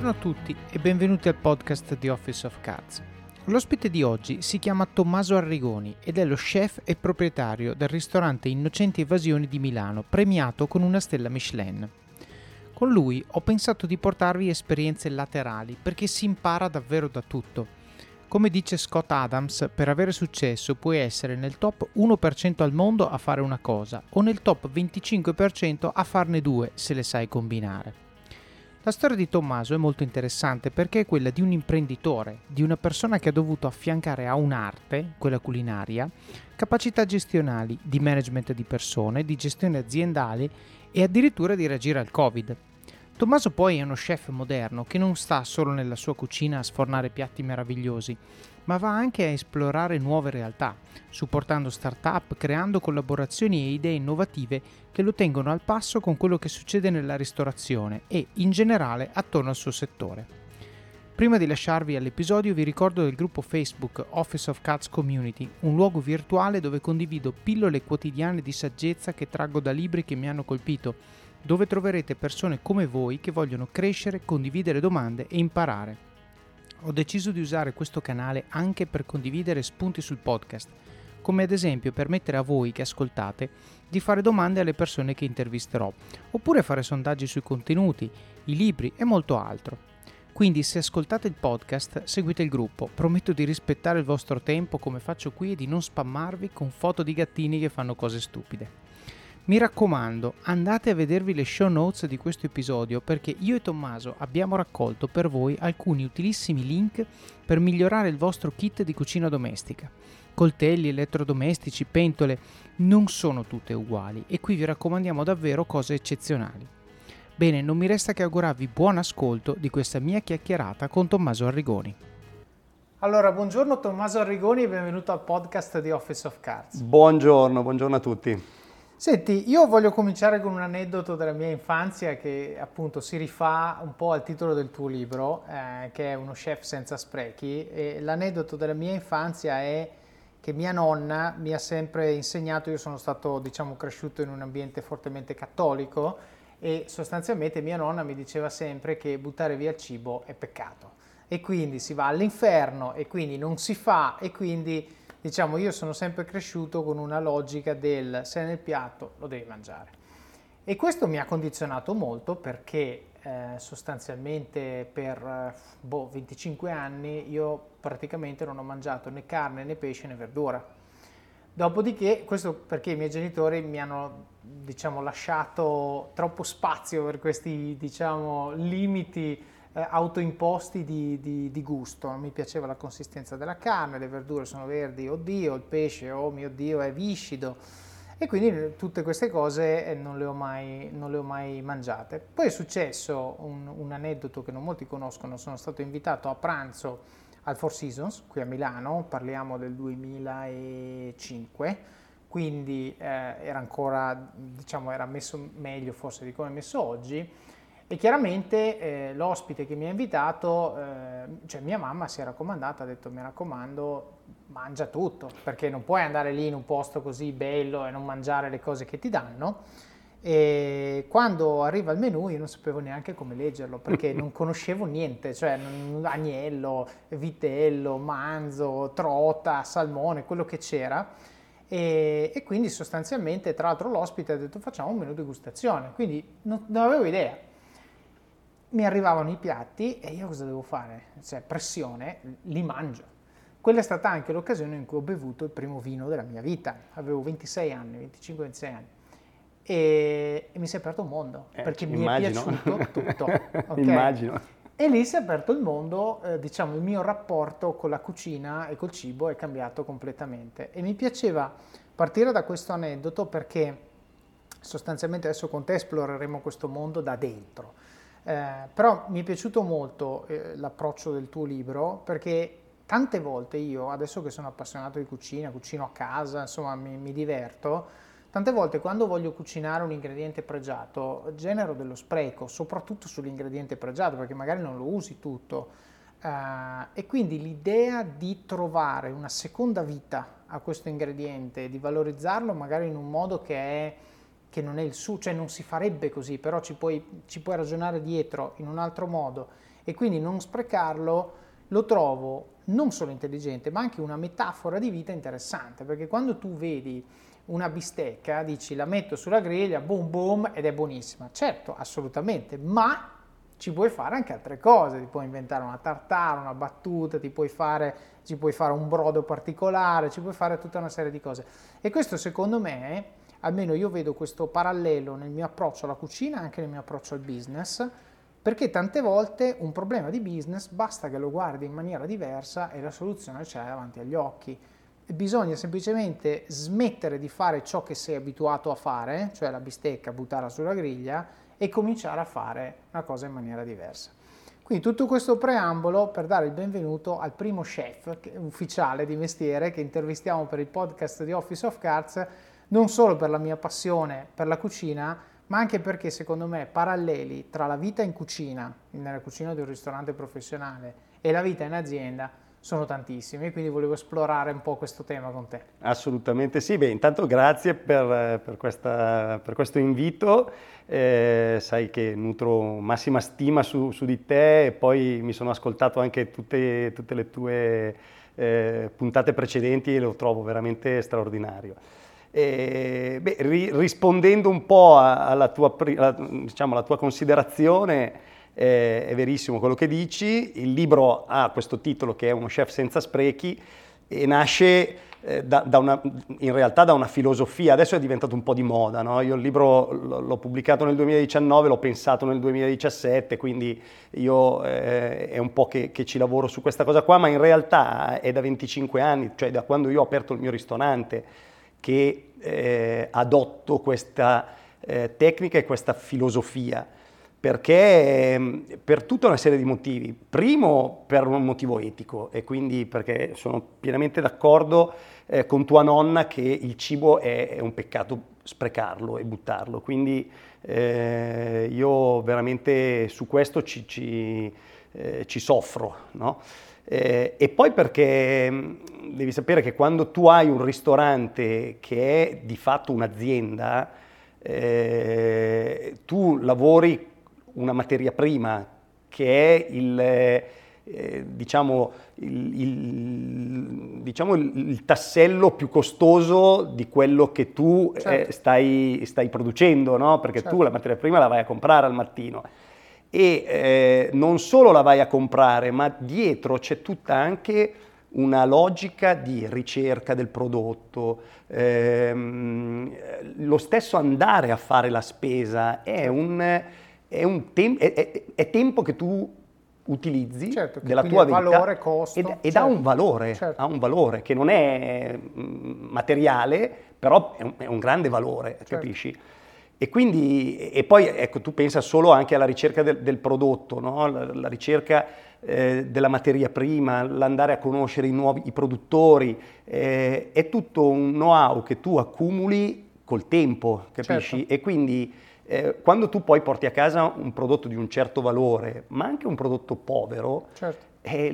Buongiorno a tutti e benvenuti al podcast di Office of Cards. L'ospite di oggi si chiama Tommaso Arrigoni ed è lo chef e proprietario del ristorante Innocenti Evasioni di Milano, premiato con una stella Michelin. Con lui ho pensato di portarvi esperienze laterali perché si impara davvero da tutto. Come dice Scott Adams, per avere successo puoi essere nel top 1% al mondo a fare una cosa o nel top 25% a farne due se le sai combinare. La storia di Tommaso è molto interessante perché è quella di un imprenditore, di una persona che ha dovuto affiancare a un'arte, quella culinaria, capacità gestionali, di management di persone, di gestione aziendale e addirittura di reagire al Covid. Tommaso poi è uno chef moderno che non sta solo nella sua cucina a sfornare piatti meravigliosi, ma va anche a esplorare nuove realtà, supportando start-up, creando collaborazioni e idee innovative che lo tengono al passo con quello che succede nella ristorazione e, in generale, attorno al suo settore. Prima di lasciarvi all'episodio vi ricordo del gruppo Facebook Office of Cards Community, un luogo virtuale dove condivido pillole quotidiane di saggezza che traggo da libri che mi hanno colpito, dove troverete persone come voi che vogliono crescere, condividere domande e imparare. Ho deciso di usare questo canale anche per condividere spunti sul podcast, come ad esempio permettere a voi che ascoltate di fare domande alle persone che intervisterò, oppure fare sondaggi sui contenuti, i libri e molto altro. Quindi se ascoltate il podcast, seguite il gruppo, prometto di rispettare il vostro tempo come faccio qui e di non spammarvi con foto di gattini che fanno cose stupide. Mi raccomando, andate a vedervi le show notes di questo episodio perché io e Tommaso abbiamo raccolto per voi alcuni utilissimi link per migliorare il vostro kit di cucina domestica. Coltelli, elettrodomestici, pentole, non sono tutte uguali e qui vi raccomandiamo davvero cose eccezionali. Bene, non mi resta che augurarvi buon ascolto di questa mia chiacchierata con Tommaso Arrigoni. Allora, buongiorno Tommaso Arrigoni e benvenuto al podcast di Office of Cards. Buongiorno a tutti. Senti, io voglio cominciare con un aneddoto della mia infanzia che appunto si rifà un po' al titolo del tuo libro, che è Uno chef senza sprechi, e l'aneddoto della mia infanzia è che mia nonna mi ha sempre insegnato, io sono stato cresciuto in un ambiente fortemente cattolico e sostanzialmente mia nonna mi diceva sempre che buttare via il cibo è peccato e quindi si va all'inferno e quindi non si fa e quindi io sono sempre cresciuto con una logica del se è nel piatto lo devi mangiare. E questo mi ha condizionato molto perché sostanzialmente per 25 anni io praticamente non ho mangiato né carne né pesce né verdura. Dopodiché, questo perché i miei genitori mi hanno lasciato troppo spazio per questi limiti autoimposti di gusto. Non mi piaceva la consistenza della carne, le verdure sono verdi, oddio, il pesce, oh mio Dio, è viscido. E quindi tutte queste cose non le ho mai mangiate. Poi è successo un aneddoto che non molti conoscono, sono stato invitato a pranzo al Four Seasons, qui a Milano, parliamo del 2005, quindi era ancora, era messo meglio forse di come è messo oggi. E chiaramente l'ospite che mi ha invitato, mia mamma si è raccomandata, ha detto mi raccomando mangia tutto, perché non puoi andare lì in un posto così bello e non mangiare le cose che ti danno. E quando arriva il menù io non sapevo neanche come leggerlo, perché non conoscevo niente, agnello, vitello, manzo, trota, salmone, quello che c'era. E quindi sostanzialmente, tra l'altro l'ospite ha detto facciamo un menù degustazione, quindi non avevo idea. Mi arrivavano i piatti e io cosa devo fare? Pressione, li mangio. Quella è stata anche l'occasione in cui ho bevuto il primo vino della mia vita. Avevo 26 anni, 25-26 anni. E mi si è aperto un mondo, perché mi è piaciuto tutto. Okay? Immagino. E lì si è aperto il mondo, il mio rapporto con la cucina e col cibo è cambiato completamente. E mi piaceva partire da questo aneddoto perché sostanzialmente adesso con te esploreremo questo mondo da dentro. Però mi è piaciuto molto l'approccio del tuo libro perché tante volte io, adesso che sono appassionato di cucina, cucino a casa, insomma mi diverto, tante volte quando voglio cucinare un ingrediente pregiato genero dello spreco, soprattutto sull'ingrediente pregiato perché magari non lo usi tutto e quindi l'idea di trovare una seconda vita a questo ingrediente, di valorizzarlo magari in un modo che non è il suo, cioè non si farebbe così, però ci puoi ragionare dietro in un altro modo e quindi non sprecarlo lo trovo non solo intelligente, ma anche una metafora di vita interessante, perché quando tu vedi una bistecca dici la metto sulla griglia, boom boom, ed è buonissima. Certo, assolutamente, ma ci puoi fare anche altre cose, ti puoi inventare una tartare, una battuta, ci puoi fare un brodo particolare, ci puoi fare tutta una serie di cose. E questo secondo me, almeno io vedo questo parallelo nel mio approccio alla cucina, anche nel mio approccio al business, perché tante volte un problema di business basta che lo guardi in maniera diversa e la soluzione c'è davanti agli occhi. Bisogna semplicemente smettere di fare ciò che sei abituato a fare, cioè la bistecca, buttarla sulla griglia, e cominciare a fare una cosa in maniera diversa. Quindi tutto questo preambolo per dare il benvenuto al primo chef ufficiale di mestiere che intervistiamo per il podcast di Office of Cards, non solo per la mia passione per la cucina, ma anche perché secondo me paralleli tra la vita in cucina, nella cucina di un ristorante professionale, e la vita in azienda sono tantissimi, quindi volevo esplorare un po' questo tema con te. Assolutamente sì. Beh, intanto grazie per questo invito. Sai che nutro massima stima su di te, e poi mi sono ascoltato anche tutte le tue puntate precedenti e lo trovo veramente straordinario. Rispondendo un po' alla tua considerazione, è verissimo quello che dici. Il libro ha questo titolo che è Uno chef senza sprechi e nasce in realtà da una filosofia. Adesso è diventato un po' di moda, no? Io il libro l'ho pubblicato nel 2019, l'ho pensato nel 2017, quindi io è un po' che ci lavoro su questa cosa qua, ma in realtà è da 25 anni, cioè da quando io ho aperto il mio ristorante, che adotto questa tecnica e questa filosofia, perché per tutta una serie di motivi. Primo, per un motivo etico, e quindi perché sono pienamente d'accordo con tua nonna che il cibo è un peccato sprecarlo e buttarlo, quindi io veramente su questo ci soffro, no? E poi perché devi sapere che quando tu hai un ristorante che è di fatto un'azienda, tu lavori una materia prima che è il tassello più costoso di quello che tu Certo. stai producendo, no? Perché Certo. tu la materia prima la vai a comprare al mattino. E non solo la vai a comprare, ma dietro c'è tutta anche una logica di ricerca del prodotto, lo stesso andare a fare la spesa è tempo che tu utilizzi, certo, che della quindi cer ha tua vita, valore, costo. ed Certo. ha un valore, Certo. ha un valore che non è materiale, però è un grande valore, Certo. capisci? E quindi, e poi ecco, tu pensa solo anche alla ricerca del prodotto, no? La ricerca della materia prima, l'andare a conoscere i produttori, è tutto un know-how che tu accumuli col tempo, capisci? Certo. E quindi quando tu poi porti a casa un prodotto di un certo valore, ma anche un prodotto povero, Certo.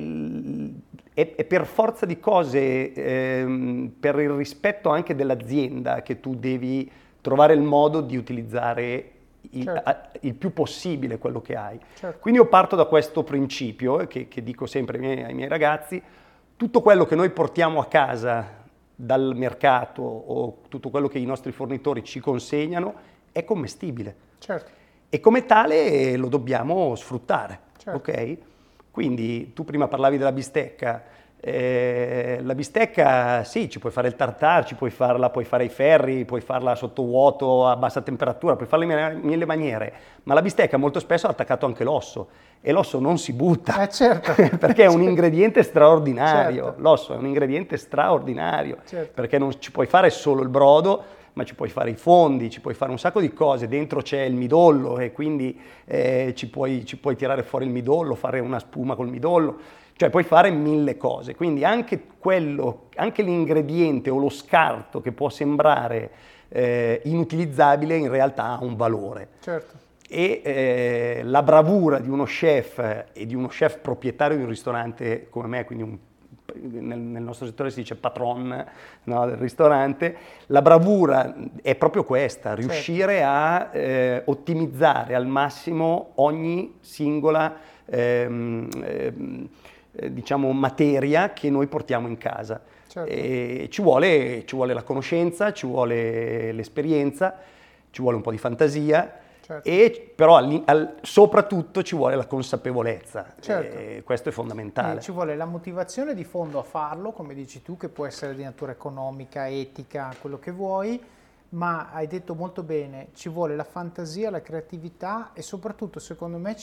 è per forza di cose, per il rispetto anche dell'azienda, che tu devi trovare il modo di utilizzare Certo. il più possibile quello che hai. Certo. Quindi io parto da questo principio che dico sempre ai miei ragazzi: tutto quello che noi portiamo a casa dal mercato o tutto quello che i nostri fornitori ci consegnano è commestibile. Certo. E come tale lo dobbiamo sfruttare, Certo. ok? Quindi tu prima parlavi della bistecca. La bistecca, sì, ci puoi fare il tartare, puoi fare ai ferri, puoi farla sotto vuoto a bassa temperatura, puoi farla in mille maniere, ma la bistecca molto spesso ha attaccato anche l'osso, e l'osso non si butta, Certo. perché è un ingrediente straordinario. Certo. L'osso è un ingrediente straordinario, Certo. perché non ci puoi fare solo il brodo, ma ci puoi fare i fondi, ci puoi fare un sacco di cose. Dentro c'è il midollo e quindi ci puoi tirare fuori il midollo, fare una spuma col midollo, cioè puoi fare mille cose. Quindi anche l'ingrediente o lo scarto che può sembrare inutilizzabile in realtà ha un valore. Certo. E la bravura di uno chef e di uno chef proprietario di un ristorante come me, quindi nel nostro settore si dice patron, no, del ristorante, la bravura è proprio questa: riuscire a ottimizzare al massimo ogni singola diciamo, materia che noi portiamo in casa. Certo. E ci vuole la conoscenza, ci vuole l'esperienza, ci vuole un po' di fantasia, certo. E però soprattutto ci vuole la consapevolezza, Certo. e questo è fondamentale. Ci vuole la motivazione di fondo a farlo, come dici tu, che può essere di natura economica, etica, quello che vuoi, ma hai detto molto bene, ci vuole la fantasia, la creatività e soprattutto, secondo me,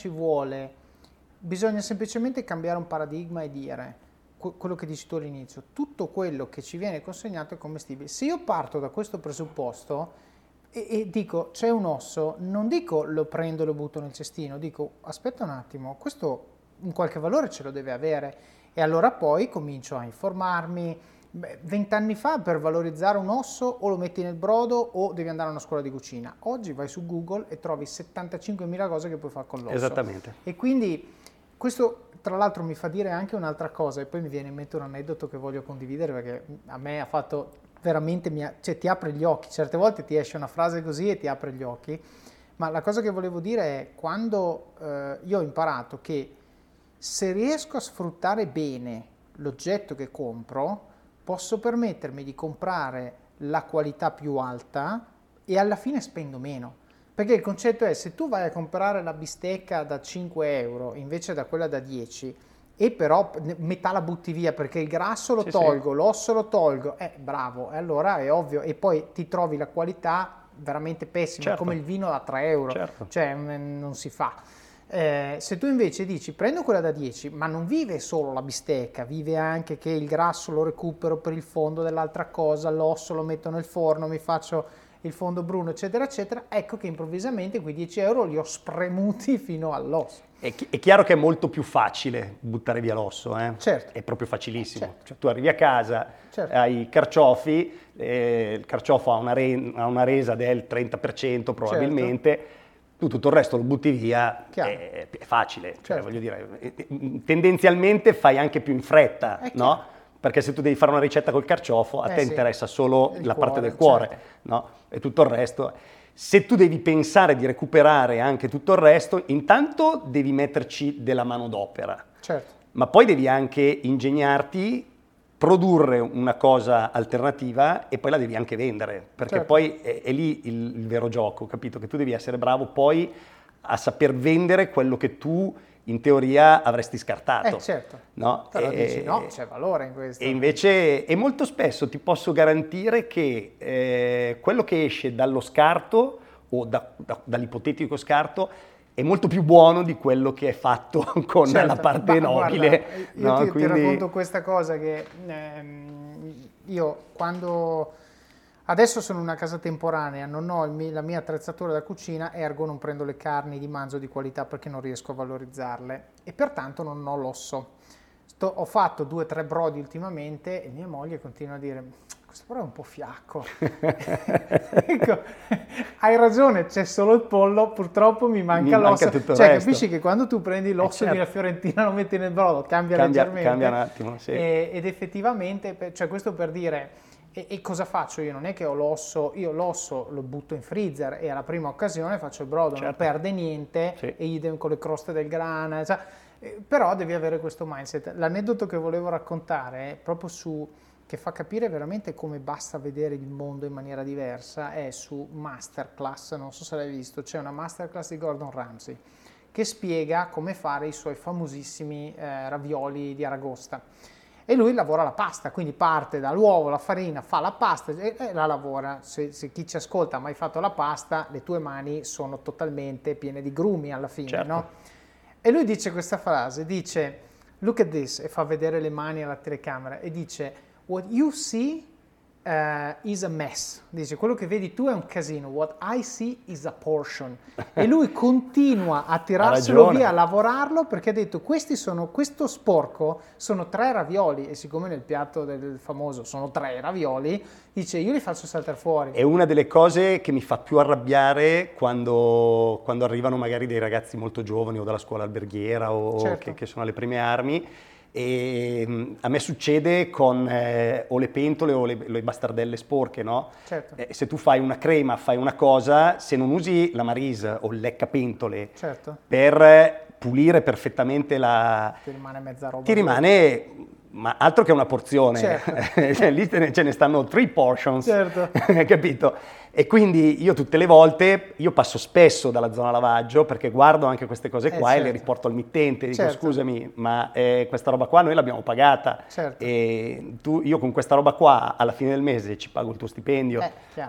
bisogna semplicemente cambiare un paradigma e dire quello che dici tu all'inizio, tutto quello che ci viene consegnato è commestibile. Se io parto da questo presupposto e dico c'è un osso, non dico lo prendo e lo butto nel cestino, dico aspetta un attimo, questo un qualche valore ce lo deve avere, e allora poi comincio a informarmi. 20 anni fa per valorizzare un osso o lo metti nel brodo o devi andare a una scuola di cucina. Oggi vai su Google e trovi 75.000 cose che puoi fare con l'osso. Esattamente. E quindi questo tra l'altro mi fa dire anche un'altra cosa, e poi mi viene in mente un aneddoto che voglio condividere perché a me ha fatto veramente, cioè ti apre gli occhi, certe volte ti esce una frase così e ti apre gli occhi, ma la cosa che volevo dire è quando io ho imparato che se riesco a sfruttare bene l'oggetto che compro, posso permettermi di comprare la qualità più alta e alla fine spendo meno. Perché il concetto è, se tu vai a comprare la bistecca da 5 euro invece da quella da 10, e però metà la butti via perché il grasso lo tolgo, l'osso lo tolgo, bravo, e allora è ovvio, e poi ti trovi la qualità veramente pessima, certo, come il vino da 3 euro, certo, cioè non si fa. Se tu invece dici prendo quella da 10, ma non vive solo la bistecca, vive anche che il grasso lo recupero per il fondo dell'altra cosa, l'osso lo metto nel forno, mi faccio il fondo bruno, eccetera, eccetera, ecco che improvvisamente quei 10 euro li ho spremuti fino all'osso. È chiaro che è molto più facile buttare via l'osso, certo, è proprio facilissimo. certo, Cioè, tu arrivi a casa, certo, hai i carciofi, il carciofo ha una resa del 30% probabilmente, certo, tu tutto il resto lo butti via, è facile, certo, cioè, voglio dire, tendenzialmente fai anche più in fretta, no? Perché se tu devi fare una ricetta col carciofo, a te interessa solo la parte del cuore, certo, no? E tutto il resto. Se tu devi pensare di recuperare anche tutto il resto, intanto devi metterci della manodopera, certo, ma poi devi anche ingegnarti, produrre una cosa alternativa e poi la devi anche vendere, perché certo, poi è lì il vero gioco, capito? Che tu devi essere bravo poi a saper vendere quello che tu in teoria avresti scartato. Certo, no? Però dici no, c'è valore in questo. E invece, e molto spesso ti posso garantire che quello che esce dallo scarto o dall'ipotetico scarto è molto più buono di quello che è fatto con certo, la parte nobile. Guarda, io ti racconto questa cosa che io quando... Adesso sono in una casa temporanea, non ho la mia attrezzatura da cucina, ergo non prendo le carni di manzo di qualità perché non riesco a valorizzarle e pertanto non ho l'osso. Ho fatto 2 o 3 brodi ultimamente e mia moglie continua a dire questo però è un po' fiacco. Ecco, hai ragione, c'è solo il pollo, purtroppo mi manca l'osso. Cioè capisci che quando tu prendi l'osso di una fiorentina lo metti nel brodo, cambia leggermente. Cambia un attimo, sì. Ed effettivamente, cioè questo per dire... E cosa faccio io? Non è che ho l'osso, io l'osso lo butto in freezer e alla prima occasione faccio il brodo, certo, non perde niente, sì, e idem con le croste del grana, cioè, però devi avere questo mindset. L'aneddoto che volevo raccontare è proprio che fa capire veramente come basta vedere il mondo in maniera diversa, è su Masterclass, non so se l'hai visto, c'è una Masterclass di Gordon Ramsay che spiega come fare i suoi famosissimi ravioli di aragosta. E lui lavora la pasta, quindi parte dall'uovo, la farina, fa la pasta e la lavora. Se chi ci ascolta ha mai fatto la pasta, le tue mani sono totalmente piene di grumi alla fine, certo, no? E lui dice questa frase, dice, look at this, e fa vedere le mani alla telecamera, e dice, what you see is a mess. Dice, quello che vedi tu è un casino, what I see is a portion. E lui continua a tirarselo via, a lavorarlo, perché ha detto, questo sporco sono 3 ravioli, e siccome nel piatto del famoso sono 3 ravioli, dice, io li faccio saltare fuori. È una delle cose che mi fa più arrabbiare quando arrivano magari dei ragazzi molto giovani o dalla scuola alberghiera o certo, che sono alle prime armi. E a me succede con o le pentole o le bastardelle sporche, no? Certo. Se tu fai una crema, fai una cosa, se non usi la Marise o il leccapentole, certo, per pulire perfettamente Ti rimane mezza roba. Ti rimane, ma altro che una porzione, certo. Lì ce ne stanno 3 portions, certo. capito? E quindi io tutte le volte, io passo spesso dalla zona lavaggio perché guardo anche queste cose qua e le riporto al mittente, dico scusami, ma questa roba qua noi l'abbiamo pagata e io con questa roba qua alla fine del mese ci pago il tuo stipendio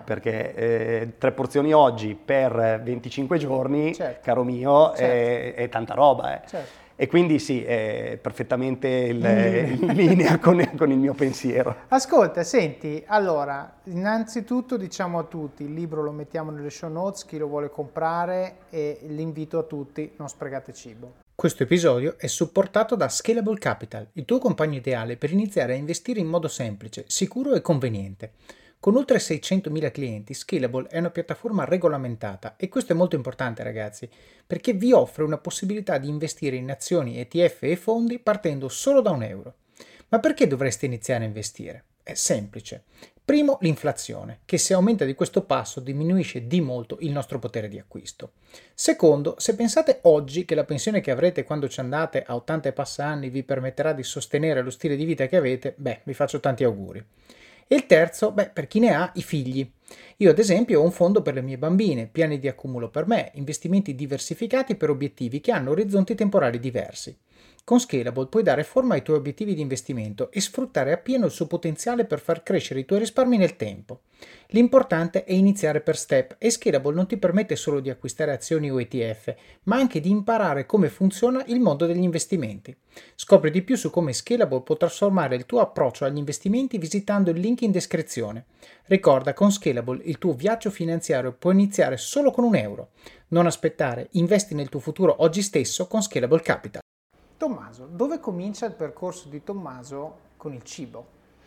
perché 3 porzioni oggi per 25 giorni, caro mio, è tanta roba. E quindi sì, è perfettamente in linea con il mio pensiero. Ascolta, senti, allora, innanzitutto diciamo a tutti, il libro lo mettiamo nelle show notes, chi lo vuole comprare, e l'invito a tutti, non sprecate cibo. Questo episodio è supportato da Scalable Capital, il tuo compagno ideale per iniziare a investire in modo semplice, sicuro e conveniente. Con oltre 600.000 clienti, Scalable è una piattaforma regolamentata e questo è molto importante, ragazzi, perché vi offre una possibilità di investire in azioni, ETF e fondi partendo solo da €1. Ma perché dovreste iniziare a investire? È semplice. Primo, l'inflazione, che se aumenta di questo passo diminuisce di molto il nostro potere di acquisto. Secondo, se pensate oggi che la pensione che avrete quando ci andate a 80 e passa anni vi permetterà di sostenere lo stile di vita che avete, vi faccio tanti auguri. E il terzo, per chi ne ha, i figli. Io ad esempio ho un fondo per le mie bambine, piani di accumulo per me, investimenti diversificati per obiettivi che hanno orizzonti temporali diversi. Con Scalable puoi dare forma ai tuoi obiettivi di investimento e sfruttare appieno il suo potenziale per far crescere i tuoi risparmi nel tempo. L'importante è iniziare per step e Scalable non ti permette solo di acquistare azioni o ETF, ma anche di imparare come funziona il mondo degli investimenti. Scopri di più su come Scalable può trasformare il tuo approccio agli investimenti visitando il link in descrizione. Ricorda, con Scalable il tuo viaggio finanziario può iniziare solo con €1. Non aspettare, investi nel tuo futuro oggi stesso con Scalable Capital. Tommaso, dove comincia il percorso di Tommaso con il cibo?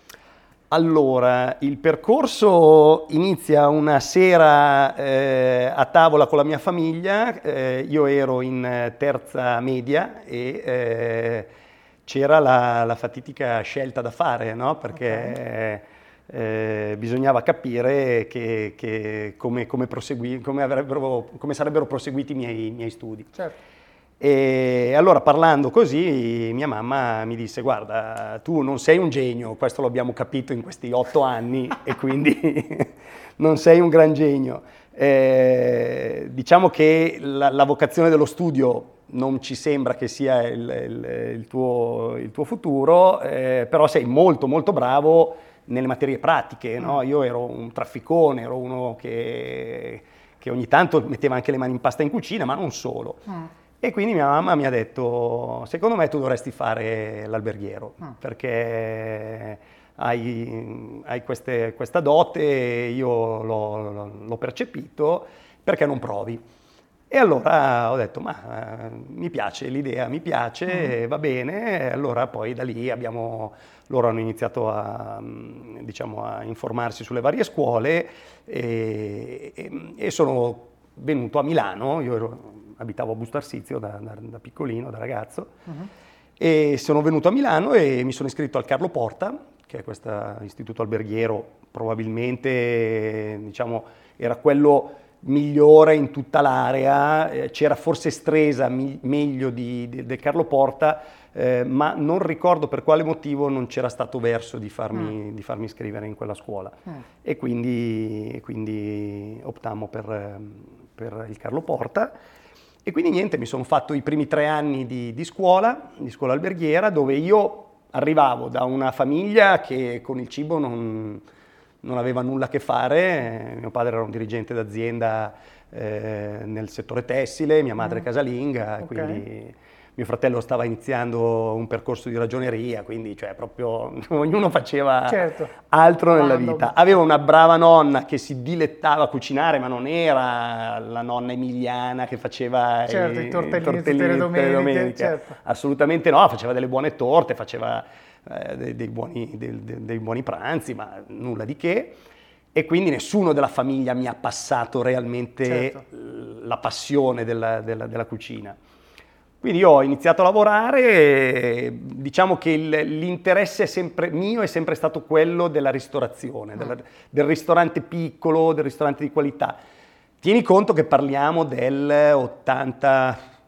Allora, il percorso inizia una sera a tavola con la mia famiglia, io ero in terza media e c'era la fatidica scelta da fare, no? Perché bisognava capire come sarebbero proseguiti i miei studi. Certo. E allora parlando così mia mamma mi disse: guarda, tu non sei un genio, questo lo abbiamo capito in questi 8 anni e quindi non sei un gran genio. Diciamo che la vocazione dello studio non ci sembra che sia il tuo futuro, però sei molto molto bravo nelle materie pratiche, no? Io ero un trafficone, ero uno che ogni tanto metteva anche le mani in pasta in cucina, ma non solo. E quindi mia mamma mi ha detto: secondo me tu dovresti fare l'alberghiero, perché hai questa dote, io l'ho percepito, perché non provi? E allora ho detto: ma mi piace l'idea, mi piace, va bene. E allora poi da lì loro hanno iniziato a informarsi sulle varie scuole e sono venuto a Milano. Abitavo a Busto Arsizio da piccolino, da ragazzo, e sono venuto a Milano e mi sono iscritto al Carlo Porta, che è questo istituto alberghiero, probabilmente era quello migliore in tutta l'area, c'era forse Stresa meglio del Carlo Porta, ma non ricordo per quale motivo non c'era stato verso di farmi iscrivere in quella scuola. E quindi optammo per il Carlo Porta. E quindi niente, mi sono fatto i primi 3 anni di scuola alberghiera, dove io arrivavo da una famiglia che con il cibo non aveva nulla a che fare. Mio padre era un dirigente d'azienda nel settore tessile, mia madre casalinga, quindi mio fratello stava iniziando un percorso di ragioneria, quindi proprio ognuno faceva altro nella vita. Aveva una brava nonna che si dilettava a cucinare, ma non era la nonna emiliana che faceva i tortellini tutte le domeniche. Assolutamente no, faceva delle buone torte, faceva dei buoni pranzi, ma nulla di che. E quindi nessuno della famiglia mi ha passato realmente la passione della cucina. Quindi io ho iniziato a lavorare e diciamo che l'interesse mio è sempre stato quello della ristorazione, del ristorante piccolo, del ristorante di qualità. Tieni conto che parliamo del 80,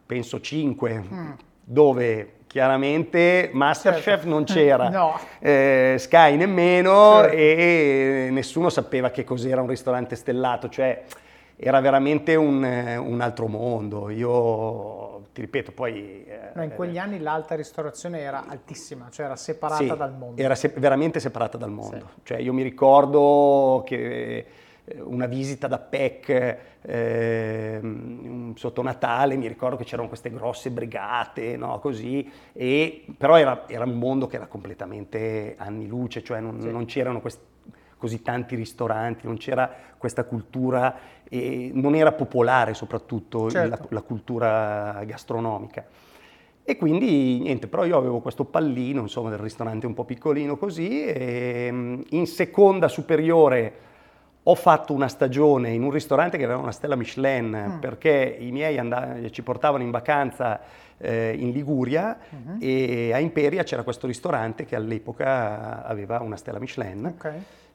penso 5, dove chiaramente Masterchef non c'era, No. Sky nemmeno, Certo. e nessuno sapeva che cos'era un ristorante stellato, cioè era veramente un altro mondo. Io ti ripeto, poi... No, in quegli anni l'alta ristorazione era altissima, cioè era separata sì, dal mondo. era veramente separata dal mondo. Sì. Cioè io mi ricordo che una visita da PEC sotto Natale, mi ricordo che c'erano queste grosse brigate, no, così, però era un mondo che era completamente anni luce, cioè non c'erano così tanti ristoranti, non c'era questa cultura, e non era popolare soprattutto Certo. la cultura gastronomica. E quindi niente, però io avevo questo pallino, insomma, del ristorante un po' piccolino così, e in seconda superiore ho fatto una stagione in un ristorante che aveva una stella Michelin, perché i miei ci portavano in vacanza in Liguria, e a Imperia c'era questo ristorante che all'epoca aveva una stella Michelin. Ok.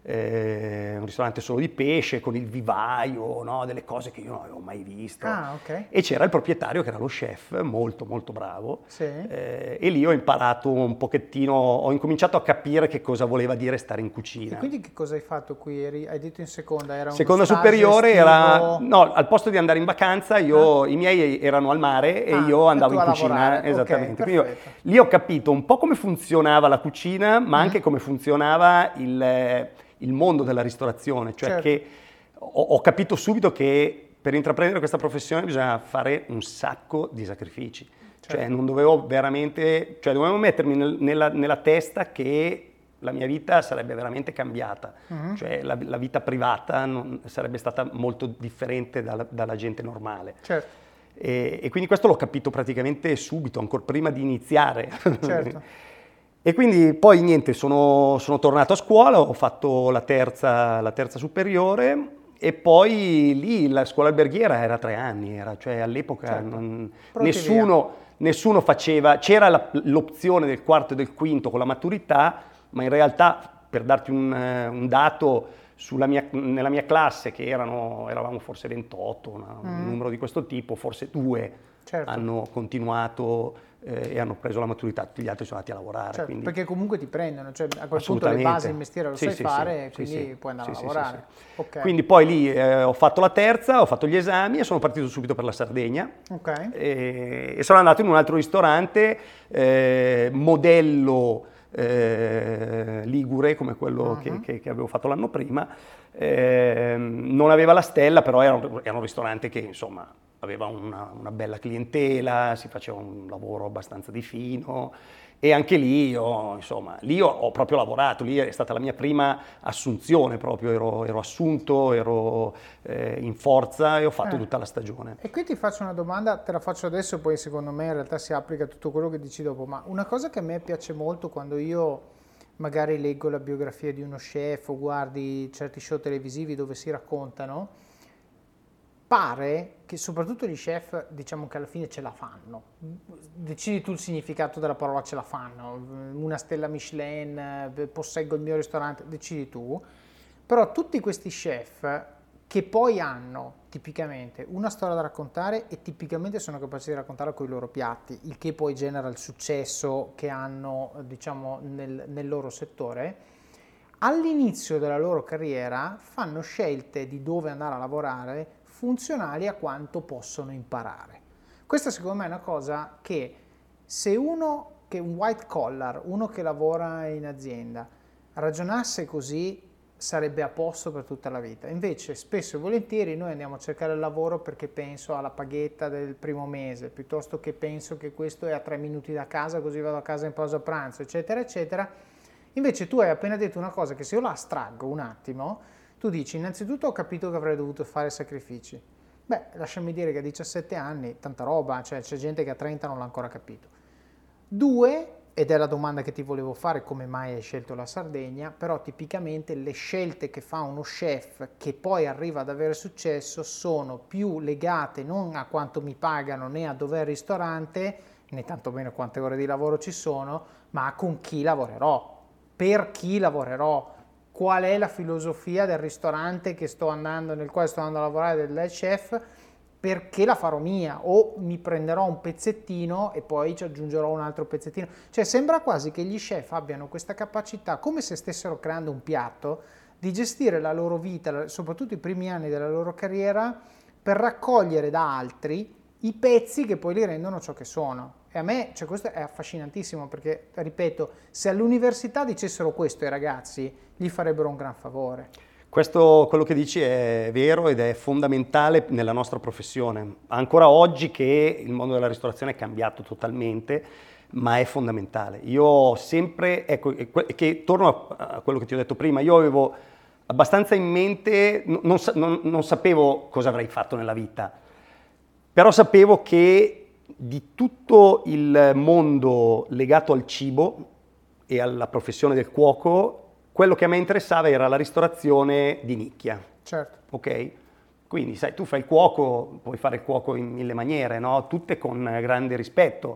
Un ristorante solo di pesce, con il vivaio, no? Delle cose che io non avevo mai visto. Ah, ok. E c'era il proprietario che era lo chef, molto molto bravo, Sì. e lì ho imparato un pochettino, ho incominciato a capire che cosa voleva dire stare in cucina. E quindi che cosa hai fatto qui? Hai detto in seconda? Era Seconda uno stage superiore estivo? era, no, al posto di andare in vacanza, i miei erano al mare e io andavo tu in a cucina, lavorare. esattamente. Ok, Quindi perfetto. lì ho capito un po' come funzionava la cucina, ma anche come funzionava il mondo della ristorazione, cioè Certo. che ho capito subito che per intraprendere questa professione bisogna fare un sacco di sacrifici. Certo. Cioè non dovevo veramente, cioè dovevo mettermi nella testa che la mia vita sarebbe veramente cambiata, cioè la vita privata sarebbe stata molto differente dalla gente normale. Certo. E quindi questo l'ho capito praticamente subito, ancora prima di iniziare. Certo. E quindi poi niente, sono tornato a scuola, ho fatto la terza superiore, e poi lì la scuola alberghiera era 3 anni, cioè all'epoca Certo. nessuno faceva, c'era l'opzione del quarto e del quinto con la maturità, ma in realtà, per darti un dato, nella mia classe, che eravamo forse 28, un numero di questo tipo, forse 2 Certo. hanno continuato e hanno preso la maturità, tutti gli altri sono andati a lavorare. Certo, Quindi... perché comunque ti prendono, cioè a quel punto le Assolutamente. basi del mestiere lo Sì, sai sì, fare, sì, quindi sì, puoi andare sì, a sì, lavorare. sì. Ok. Quindi poi lì ho fatto la terza, ho fatto gli esami e sono partito subito per la Sardegna. Ok. E sono andato in un altro ristorante, modello ligure, come quello che avevo fatto l'anno prima. Non aveva la stella, però era un ristorante che insomma aveva una bella clientela, si faceva un lavoro abbastanza di fino, e anche lì ho proprio lavorato, lì è stata la mia prima assunzione proprio, ero assunto, ero in forza e ho fatto tutta la stagione. E qui ti faccio una domanda, te la faccio adesso, poi secondo me in realtà si applica a tutto quello che dici dopo, ma una cosa che a me piace molto quando io magari leggo la biografia di uno chef o guardi certi show televisivi dove si raccontano, pare che soprattutto gli chef, diciamo che alla fine ce la fanno. Decidi tu il significato della parola ce la fanno. Una stella Michelin, posseggo il mio ristorante, decidi tu. Però tutti questi chef che poi hanno tipicamente una storia da raccontare e tipicamente sono capaci di raccontarla con i loro piatti, il che poi genera il successo che hanno, diciamo, nel loro settore. All'inizio della loro carriera fanno scelte di dove andare a lavorare funzionali a quanto possono imparare. Questa secondo me è una cosa che se un white collar, uno che lavora in azienda, ragionasse così sarebbe a posto per tutta la vita. Invece spesso e volentieri noi andiamo a cercare il lavoro perché penso alla paghetta del primo mese, piuttosto che penso che questo è a 3 minuti da casa, così vado a casa in pausa pranzo, eccetera, eccetera. Invece tu hai appena detto una cosa che se io la astraggo un attimo, tu dici, innanzitutto ho capito che avrei dovuto fare sacrifici. Beh, lasciami dire che a 17 anni, tanta roba, cioè c'è gente che a 30 non l'ha ancora capito. 2, ed è la domanda che ti volevo fare, come mai hai scelto la Sardegna, però tipicamente le scelte che fa uno chef che poi arriva ad avere successo sono più legate non a quanto mi pagano né a dov'è il ristorante, né tantomeno quante ore di lavoro ci sono, ma a con chi lavorerò, per chi lavorerò. Qual è la filosofia del ristorante nel quale sto andando a lavorare, del chef, perché la farò mia, o mi prenderò un pezzettino e poi ci aggiungerò un altro pezzettino. Cioè sembra quasi che gli chef abbiano questa capacità, come se stessero creando un piatto, di gestire la loro vita, soprattutto i primi anni della loro carriera, per raccogliere da altri i pezzi che poi li rendono ciò che sono. E a me, cioè, questo è affascinantissimo, perché, ripeto, se all'università dicessero questo ai ragazzi, gli farebbero un gran favore. Questo, quello che dici è vero ed è fondamentale nella nostra professione. Ancora oggi che il mondo della ristorazione è cambiato totalmente, ma è fondamentale. Io ho sempre, ecco, che torno a quello che ti ho detto prima, io avevo abbastanza in mente, non sapevo cosa avrei fatto nella vita, però sapevo che di tutto il mondo legato al cibo e alla professione del cuoco, quello che a me interessava era la ristorazione di nicchia. Certo. Ok? Quindi, sai, tu fai il cuoco, puoi fare il cuoco in mille maniere, no? Tutte con grande rispetto.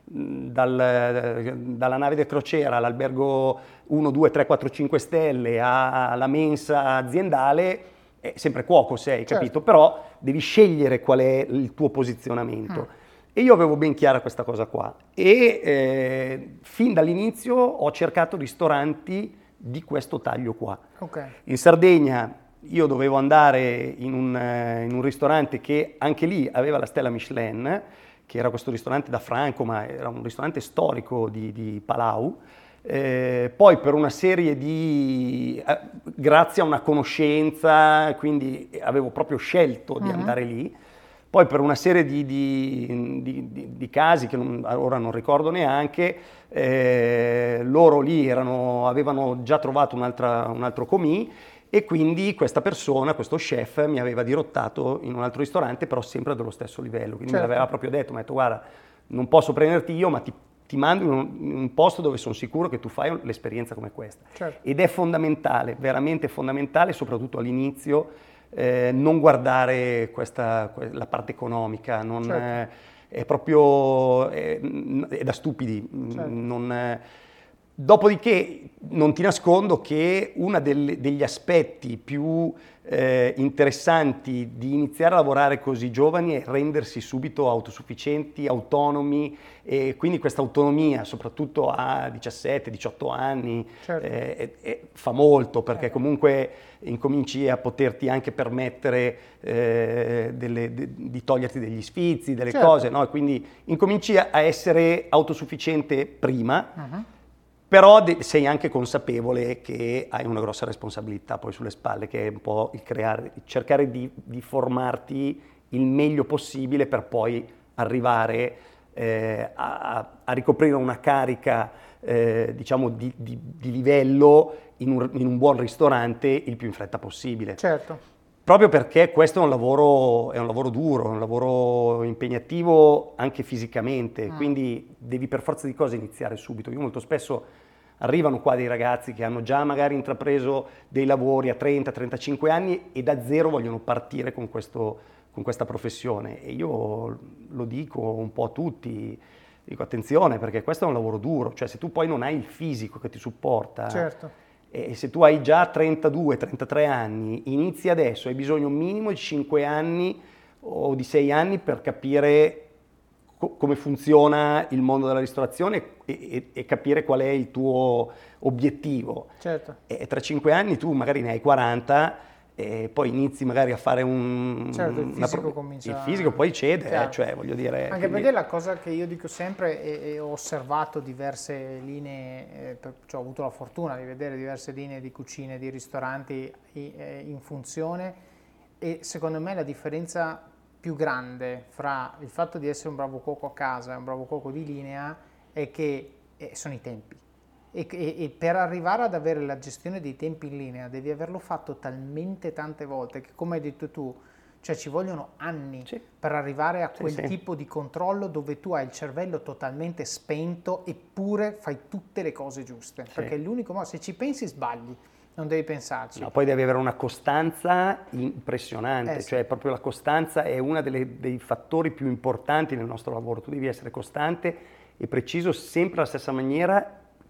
Dalla nave da crociera all'albergo 1, 2, 3, 4, 5 stelle alla mensa aziendale, è sempre cuoco sei, Certo. capito? Però devi scegliere qual è il tuo posizionamento. E io avevo ben chiara questa cosa qua. E fin dall'inizio ho cercato ristoranti di questo taglio qua. Okay. In Sardegna io dovevo andare in un ristorante che anche lì aveva la stella Michelin, che era questo ristorante da Franco, ma era un ristorante storico di Palau. Poi per una serie di... grazie a una conoscenza, quindi avevo proprio scelto di andare lì. Poi per una serie di casi che ora non ricordo neanche, loro lì avevano già trovato un altro commis e quindi questa persona, questo chef, mi aveva dirottato in un altro ristorante, però sempre dello stesso livello. Quindi Certo. mi aveva proprio detto, mi ha detto guarda, non posso prenderti io, ma ti mando in un posto dove sono sicuro che tu fai l'esperienza come questa. Certo. Ed è fondamentale, veramente fondamentale, soprattutto all'inizio, non guardare la parte economica, Certo. è proprio è da stupidi. Certo. Dopodiché non ti nascondo che uno degli aspetti più interessanti di iniziare a lavorare così giovani è rendersi subito autosufficienti, autonomi, e quindi questa autonomia, soprattutto a 17-18 anni, Certo. fa molto, perché comunque incominci a poterti anche permettere di toglierti degli sfizi, delle Certo. cose, no? E quindi incominci a essere autosufficiente prima. Però sei anche consapevole che hai una grossa responsabilità poi sulle spalle, che è un po' cercare di formarti il meglio possibile per poi arrivare a ricoprire una carica diciamo di livello in un buon ristorante il più in fretta possibile. Certo. Proprio perché questo è un lavoro duro, è un lavoro impegnativo anche fisicamente, quindi devi per forza di cose iniziare subito. Io molto spesso arrivano qua dei ragazzi che hanno già magari intrapreso dei lavori a 30-35 anni e da zero vogliono partire con questa professione. E io lo dico un po' a tutti, dico attenzione perché questo è un lavoro duro, cioè se tu poi non hai il fisico che ti supporta, Certo. e se tu hai già 32-33 anni, inizi adesso, hai bisogno minimo di 5 anni o di 6 anni per capire come funziona il mondo della ristorazione e capire qual è il tuo obiettivo. Certo. E tra 5 anni tu magari ne hai 40 e poi inizi magari a fare Certo, il fisico comincia... Il fisico poi cede, Chiaro. cioè voglio dire... Anche perché la cosa che io dico sempre, e ho osservato diverse linee, cioè ho avuto la fortuna di vedere diverse linee di cucine, di ristoranti in funzione, e secondo me la differenza più grande fra il fatto di essere un bravo cuoco a casa e un bravo cuoco di linea è che sono i tempi. E per arrivare ad avere la gestione dei tempi in linea devi averlo fatto talmente tante volte che, come hai detto tu, cioè ci vogliono anni per arrivare a quel tipo di controllo dove tu hai il cervello totalmente spento eppure fai tutte le cose giuste, perché è l'unico modo. Se ci pensi sbagli, non devi pensarci. No, poi devi avere una costanza impressionante, cioè proprio la costanza è uno dei fattori più importanti nel nostro lavoro. Tu devi essere costante e preciso sempre alla stessa maniera,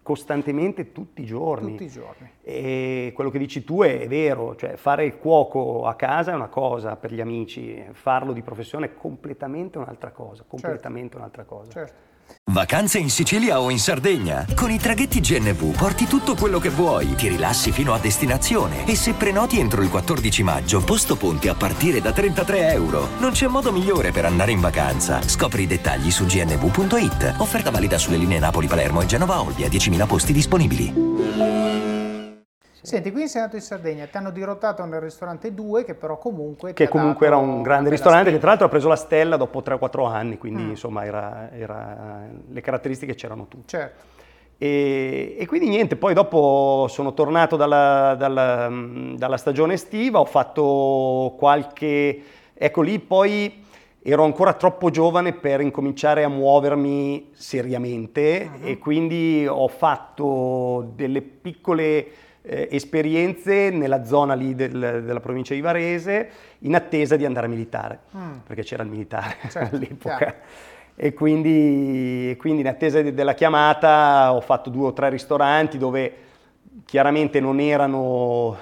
costantemente tutti i giorni. Tutti i giorni. E quello che dici tu è vero, cioè fare il cuoco a casa è una cosa per gli amici, farlo di professione è completamente un'altra cosa, completamente un'altra cosa. Certo. Vacanze in Sicilia o in Sardegna? Con i traghetti GNV porti tutto quello che vuoi, ti rilassi fino a destinazione e se prenoti entro il 14 maggio, posto ponti a partire da €33. Non c'è modo migliore per andare in vacanza. Scopri i dettagli su gnv.it. Offerta valida sulle linee Napoli-Palermo e Genova-Olbia, 10.000 posti disponibili. Senti, quindi sei andato in Sardegna, ti hanno dirottato nel ristorante 2, che però comunque Che comunque era un grande ristorante, che tra l'altro ha preso la stella dopo 3 o 4 anni, quindi insomma le caratteristiche c'erano tutte. Certo. E quindi niente, poi dopo sono tornato dalla stagione estiva, ho fatto ecco lì poi ero ancora troppo giovane per incominciare a muovermi seriamente e quindi ho fatto delle piccole esperienze nella zona lì della provincia di Varese in attesa di andare a militare, perché c'era il militare all'epoca. Chiaro. E quindi in attesa della chiamata ho fatto 2 o 3 ristoranti dove chiaramente non erano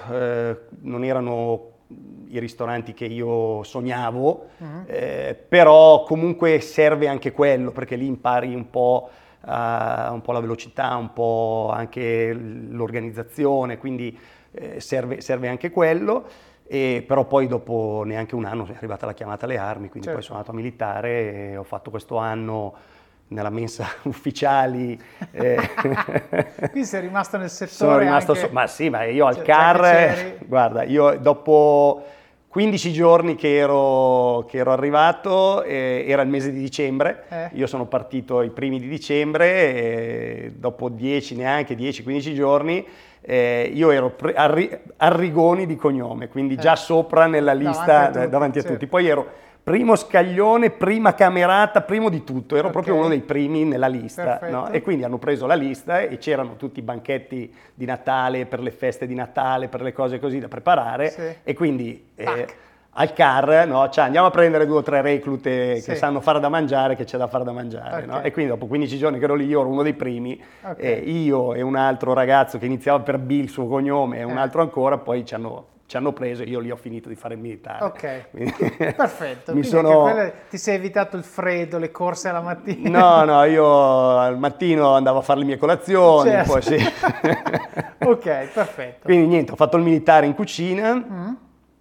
i ristoranti che io sognavo, però comunque serve anche quello, perché lì impari un po' la velocità, un po' anche l'organizzazione, quindi serve anche quello. Però poi dopo neanche un anno è arrivata la chiamata alle armi, quindi poi sono andato a militare e ho fatto questo anno nella mensa ufficiali. Quindi sei rimasto nel settore. Sono rimasto anche... ma sì, ma io al CAR, guarda, io dopo 15 giorni che ero arrivato, era il mese di dicembre, io sono partito i primi di dicembre e dopo 10-15 giorni io ero Arrigoni di cognome, quindi già sopra nella lista davanti a tutti. Poi ero primo scaglione, prima camerata, primo di tutto, ero proprio uno dei primi nella lista, no? E quindi hanno preso la lista e c'erano tutti i banchetti di Natale, per le feste di Natale, per le cose così da preparare e quindi al CAR, no? Cioè, andiamo a prendere 2 o 3 reclute che sanno fare da mangiare, che c'è da fare da mangiare, no? E quindi dopo 15 giorni che ero lì, io ero uno dei primi, io e un altro ragazzo che iniziava per B il suo cognome e un altro ancora, poi ci hanno preso e io lì ho finito di fare il militare. Ok, perfetto. Ti sei evitato il freddo, le corse alla mattina? No, io al mattino andavo a fare le mie colazioni, poi sì. Ok, perfetto. Quindi niente, ho fatto il militare in cucina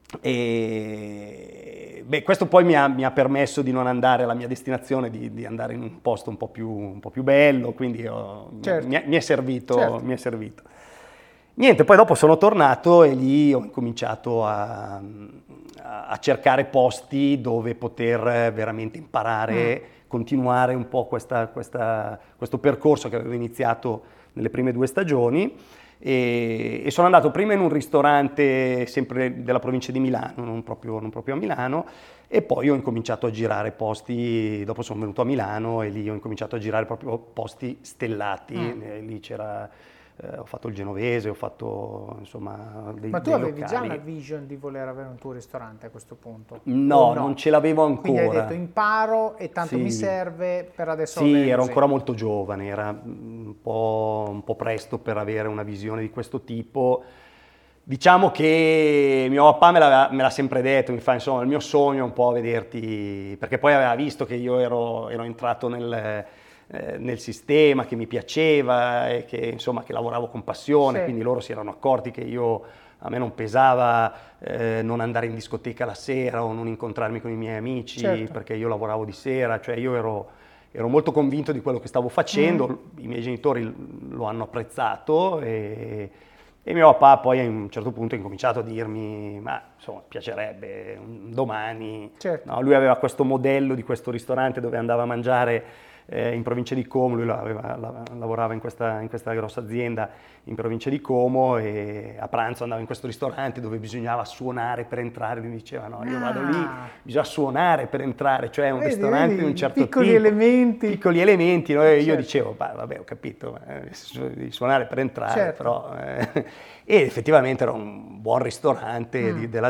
e questo poi mi ha permesso di non andare alla mia destinazione, di andare in un posto un po' più bello, quindi mi è servito. Niente, poi dopo sono tornato e lì ho incominciato a cercare posti dove poter veramente imparare, continuare un po' questo percorso che avevo iniziato nelle prime 2 stagioni e sono andato prima in un ristorante sempre della provincia di Milano, non proprio a Milano, e poi ho incominciato a girare posti, dopo sono venuto a Milano e lì ho incominciato a girare proprio posti stellati, lì c'era... ho fatto il genovese, ho fatto insomma Ma tu dei avevi locali. già una vision di voler avere un tuo ristorante a questo punto? No, non ce l'avevo ancora. Quindi hai detto imparo e tanto mi serve per adesso. Sì, ero ancora molto giovane, era un po' presto per avere una visione di questo tipo. Diciamo che mio papà me l'ha sempre detto, mi fa insomma il mio sogno è un po' vederti, perché poi aveva visto che io ero entrato nel sistema, che mi piaceva e che insomma che lavoravo con passione, quindi loro si erano accorti che a me non pesava non andare in discoteca la sera o non incontrarmi con i miei amici perché io lavoravo di sera, cioè io ero molto convinto di quello che stavo facendo, i miei genitori lo hanno apprezzato e mio papà poi a un certo punto ha incominciato a dirmi ma insomma piacerebbe domani, no? Lui aveva questo modello di questo ristorante dove andava a mangiare in provincia di Como, lui lavorava in questa grossa azienda in provincia di Como e a pranzo andava in questo ristorante dove bisognava suonare per entrare, lui mi diceva no, io vado lì, bisogna suonare per entrare, cioè un ristorante di un certo piccoli tipo, elementi, no? E io dicevo, vabbè ho capito, di suonare per entrare, però... E effettivamente era un buon ristorante della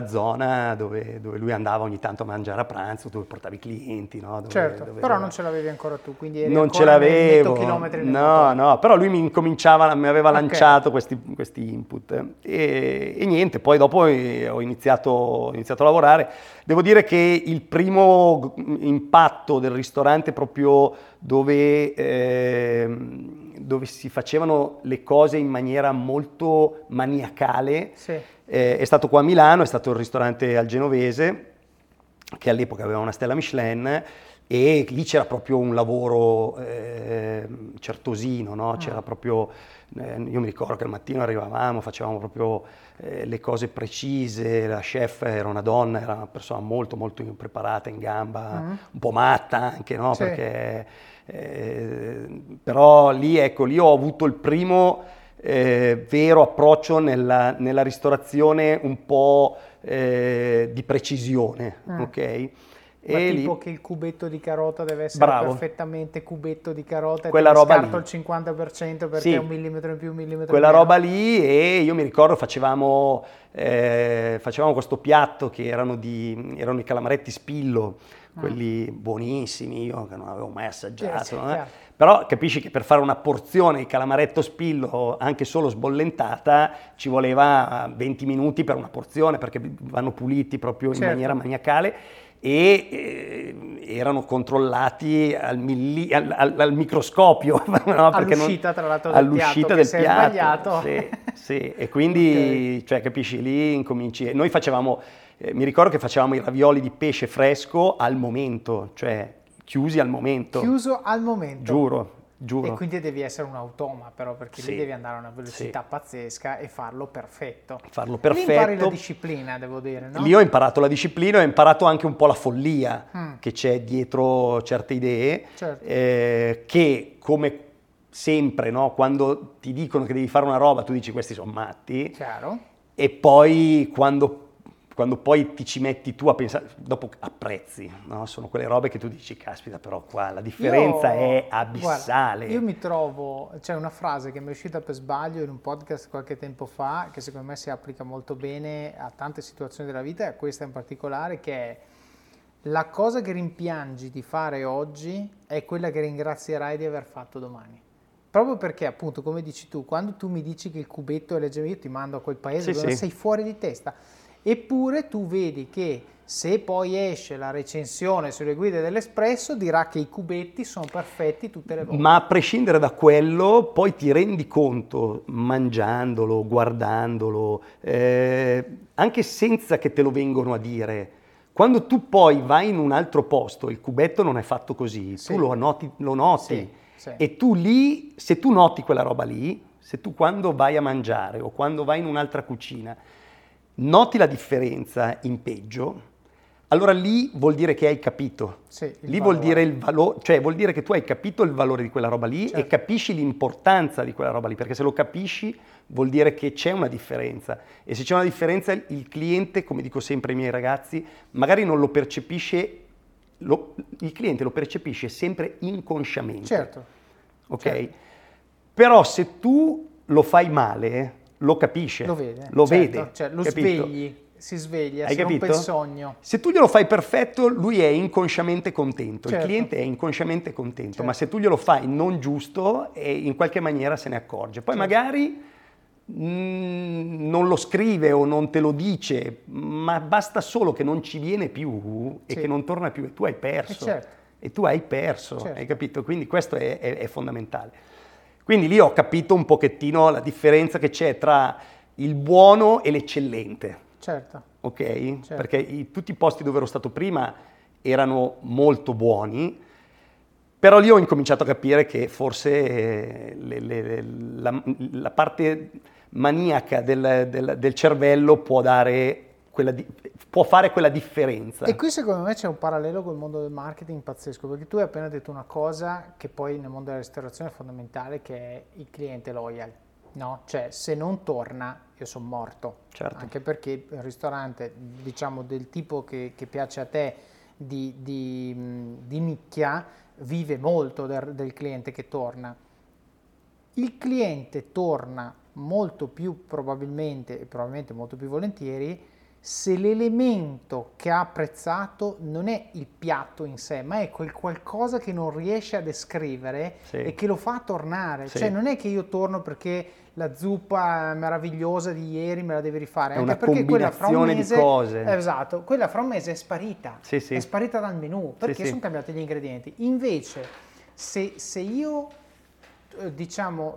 quella zona dove lui andava ogni tanto a mangiare a pranzo, dove portavi i clienti, no? Certo, però non ce l'avevi ancora tu, quindi eri non ce ancora l'avevo, metto chilometri nel no, motore. no, però lui mi aveva Ok. lanciato questi input e niente, poi dopo ho iniziato a lavorare. Devo dire che il primo impatto del ristorante proprio dove si facevano le cose in maniera molto maniacale, Sì. è stato qua a Milano, è stato il ristorante Al Genovese, che all'epoca aveva una stella Michelin, e lì c'era proprio un lavoro certosino, no? C'era proprio, io mi ricordo che al mattino arrivavamo, facevamo proprio le cose precise, la chef era una donna, era una persona molto molto preparata, in gamba, un po' matta anche, no? Sì. Perché, però lì, ecco, lì ho avuto il primo vero approccio nella ristorazione un po' di precisione, ok? Ma E tipo lì, che il cubetto di carota deve essere bravo, perfettamente cubetto di carota e quella te ne roba scarto lì. il 50% perché Sì, è un millimetro in più, un millimetro quella in meno. roba lì, e io mi ricordo facevamo questo piatto che erano i calamaretti Spillo, quelli buonissimi, io che non avevo mai assaggiato, Sì, no? chiaro. Però capisci che per fare una porzione di calamaretto Spillo, anche solo sbollentata, ci voleva 20 minuti per una porzione, perché vanno puliti proprio in Certo. maniera maniacale, e erano controllati al microscopio, no? Perché All'uscita, tra l'altro, del all'uscita piatto, del che se è piatto, sbagliato. sì, sì. E quindi, cioè, capisci, lì incominci. Noi facevamo, mi ricordo che facevamo i ravioli di pesce fresco al momento, cioè chiusi al momento. Chiuso al momento. Giuro. E quindi devi essere un automa, però, perché Sì, lì devi andare a una velocità sì. pazzesca e farlo perfetto. Farlo Lì impari la perfetto. disciplina, devo dire, no? Lì ho imparato la disciplina, ho imparato anche un po' la follia che c'è dietro certe idee, Certo. che come sempre, no, quando ti dicono che devi fare una roba, tu dici questi sono matti, Chiaro. e poi quando poi ti ci metti tu a pensare, dopo apprezzi, no? Sono quelle robe che tu dici, caspita, però qua la differenza è abissale. Guarda, io mi trovo, c'è una frase che mi è uscita per sbaglio in un podcast qualche tempo fa, che secondo me si applica molto bene a tante situazioni della vita, e a questa in particolare, che è: la cosa che rimpiangi di fare oggi è quella che ringrazierai di aver fatto domani. Proprio perché, appunto, come dici tu, quando tu mi dici che il cubetto è leggero, io ti mando a quel paese Sì, dove sì. sei fuori di testa. Eppure tu vedi che se poi esce la recensione sulle guide dell'Espresso dirà che i cubetti sono perfetti tutte le volte. Ma a prescindere da quello, poi ti rendi conto, mangiandolo, guardandolo, anche senza che te lo vengono a dire, quando tu poi vai in un altro posto, il cubetto non è fatto così, Sì. tu lo noti. Sì, sì. E tu lì, se tu noti quella roba lì, se tu quando vai a mangiare o quando vai in un'altra cucina noti la differenza in peggio, allora lì vuol dire che hai capito. Sì, Lì vuol dire il valore, cioè vuol dire che tu hai capito il valore di quella roba lì, certo, e capisci l'importanza di quella roba lì, perché se lo capisci vuol dire che c'è una differenza, e se c'è una differenza il cliente, come dico sempre ai miei ragazzi, magari non lo percepisce, il cliente lo percepisce sempre inconsciamente. Certo. Ok? Certo. Però se tu lo fai male, lo capisce, Lo vede, lo certo, vede, cioè lo capito? svegli, si sveglia, Hai si capito? rompe il sogno. Se tu glielo fai perfetto, lui è inconsciamente contento, Certo. il cliente è inconsciamente contento, Certo. ma se tu glielo fai non giusto, in qualche maniera se ne accorge. Poi Certo. magari non lo scrive o non te lo dice, ma basta solo che non ci viene più e Sì. che non torna più, e tu hai perso. Certo. E tu hai perso, Certo. hai capito? Quindi questo è fondamentale. Quindi lì ho capito un pochettino la differenza che c'è tra il buono e l'eccellente. Certo. Ok? Certo. Perché tutti i posti dove ero stato prima erano molto buoni, però lì ho incominciato a capire che forse la parte maniaca del cervello può fare quella differenza. E qui secondo me c'è un parallelo col mondo del marketing pazzesco, perché tu hai appena detto una cosa che poi nel mondo della ristorazione è fondamentale, che è il cliente loyal, no? Cioè, se non torna io sono morto. Certo. Anche perché il ristorante, diciamo, del tipo che piace a te, di nicchia, vive molto del cliente che torna. Il cliente torna molto più probabilmente, e probabilmente molto più volentieri, se l'elemento che ha apprezzato non è il piatto in sé, ma è quel qualcosa che non riesce a descrivere e che lo fa tornare. Cioè non è che io torno perché la zuppa meravigliosa di ieri me la devi rifare, è anche una perché quella fra un mese, di cose. Esatto, quella fra un mese è sparita, è sparita dal menù, perché sono cambiati gli ingredienti. Invece, se io, diciamo,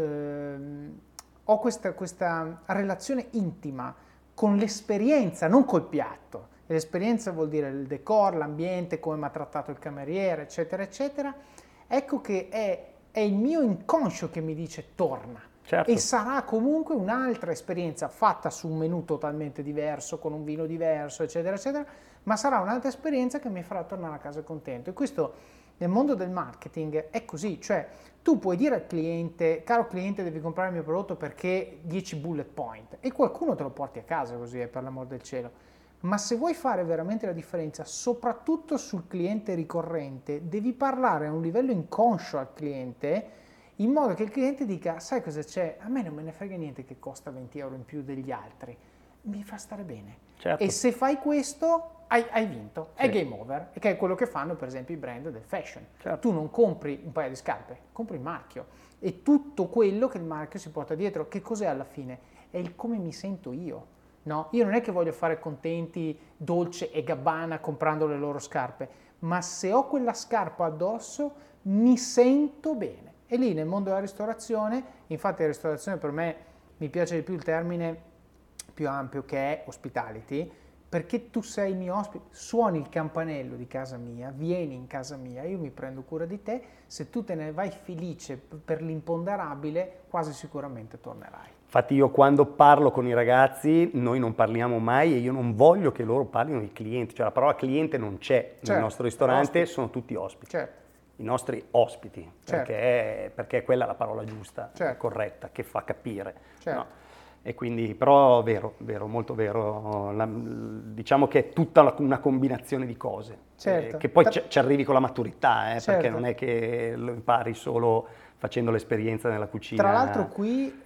ho questa relazione intima con l'esperienza, non col piatto. E l'esperienza vuol dire il decor, l'ambiente, come mi ha trattato il cameriere, eccetera, eccetera. Ecco che è il mio inconscio che mi dice torna. Certo. E sarà comunque un'altra esperienza fatta su un menù totalmente diverso, con un vino diverso, eccetera, eccetera, ma sarà un'altra esperienza che mi farà tornare a casa contento. E questo nel mondo del marketing è così, cioè tu puoi dire al cliente, caro cliente, devi comprare il mio prodotto perché 10 bullet point, e qualcuno te lo porti a casa così, per l'amor del cielo. Ma se vuoi fare veramente la differenza, soprattutto sul cliente ricorrente, devi parlare a un livello inconscio al cliente, in modo che il cliente dica, sai cosa c'è? A me non me ne frega niente che costa 20 euro in più degli altri, mi fa stare bene. Certo. E se fai questo, hai vinto, è game over, che è quello che fanno per esempio i brand del fashion. Certo. Tu non compri un paio di scarpe, compri il marchio e tutto quello che il marchio si porta dietro. Che cos'è alla fine? È il come mi sento io. No? Io non è che voglio fare contenti Dolce e Gabbana comprando le loro scarpe, ma se ho quella scarpa addosso mi sento bene. E lì nel mondo della ristorazione, infatti la ristorazione per me mi piace di più il termine più ampio che è hospitality, perché tu sei il mio ospite, suoni il campanello di casa mia, vieni in casa mia, io mi prendo cura di te, se tu te ne vai felice per l'imponderabile, quasi sicuramente tornerai. Infatti io quando parlo con i ragazzi, noi non parliamo mai e io non voglio che loro parlino di clienti, cioè la parola cliente non c'è nel nostro ristorante, ospiti. Sono tutti ospiti. Certo. I nostri ospiti, perché è quella la parola giusta, corretta, che fa capire. Certo. No? E quindi, però vero, molto vero, diciamo che è tutta una combinazione di cose, che poi ci arrivi con la maturità, perché non è che lo impari solo facendo l'esperienza nella cucina. Tra l'altro qui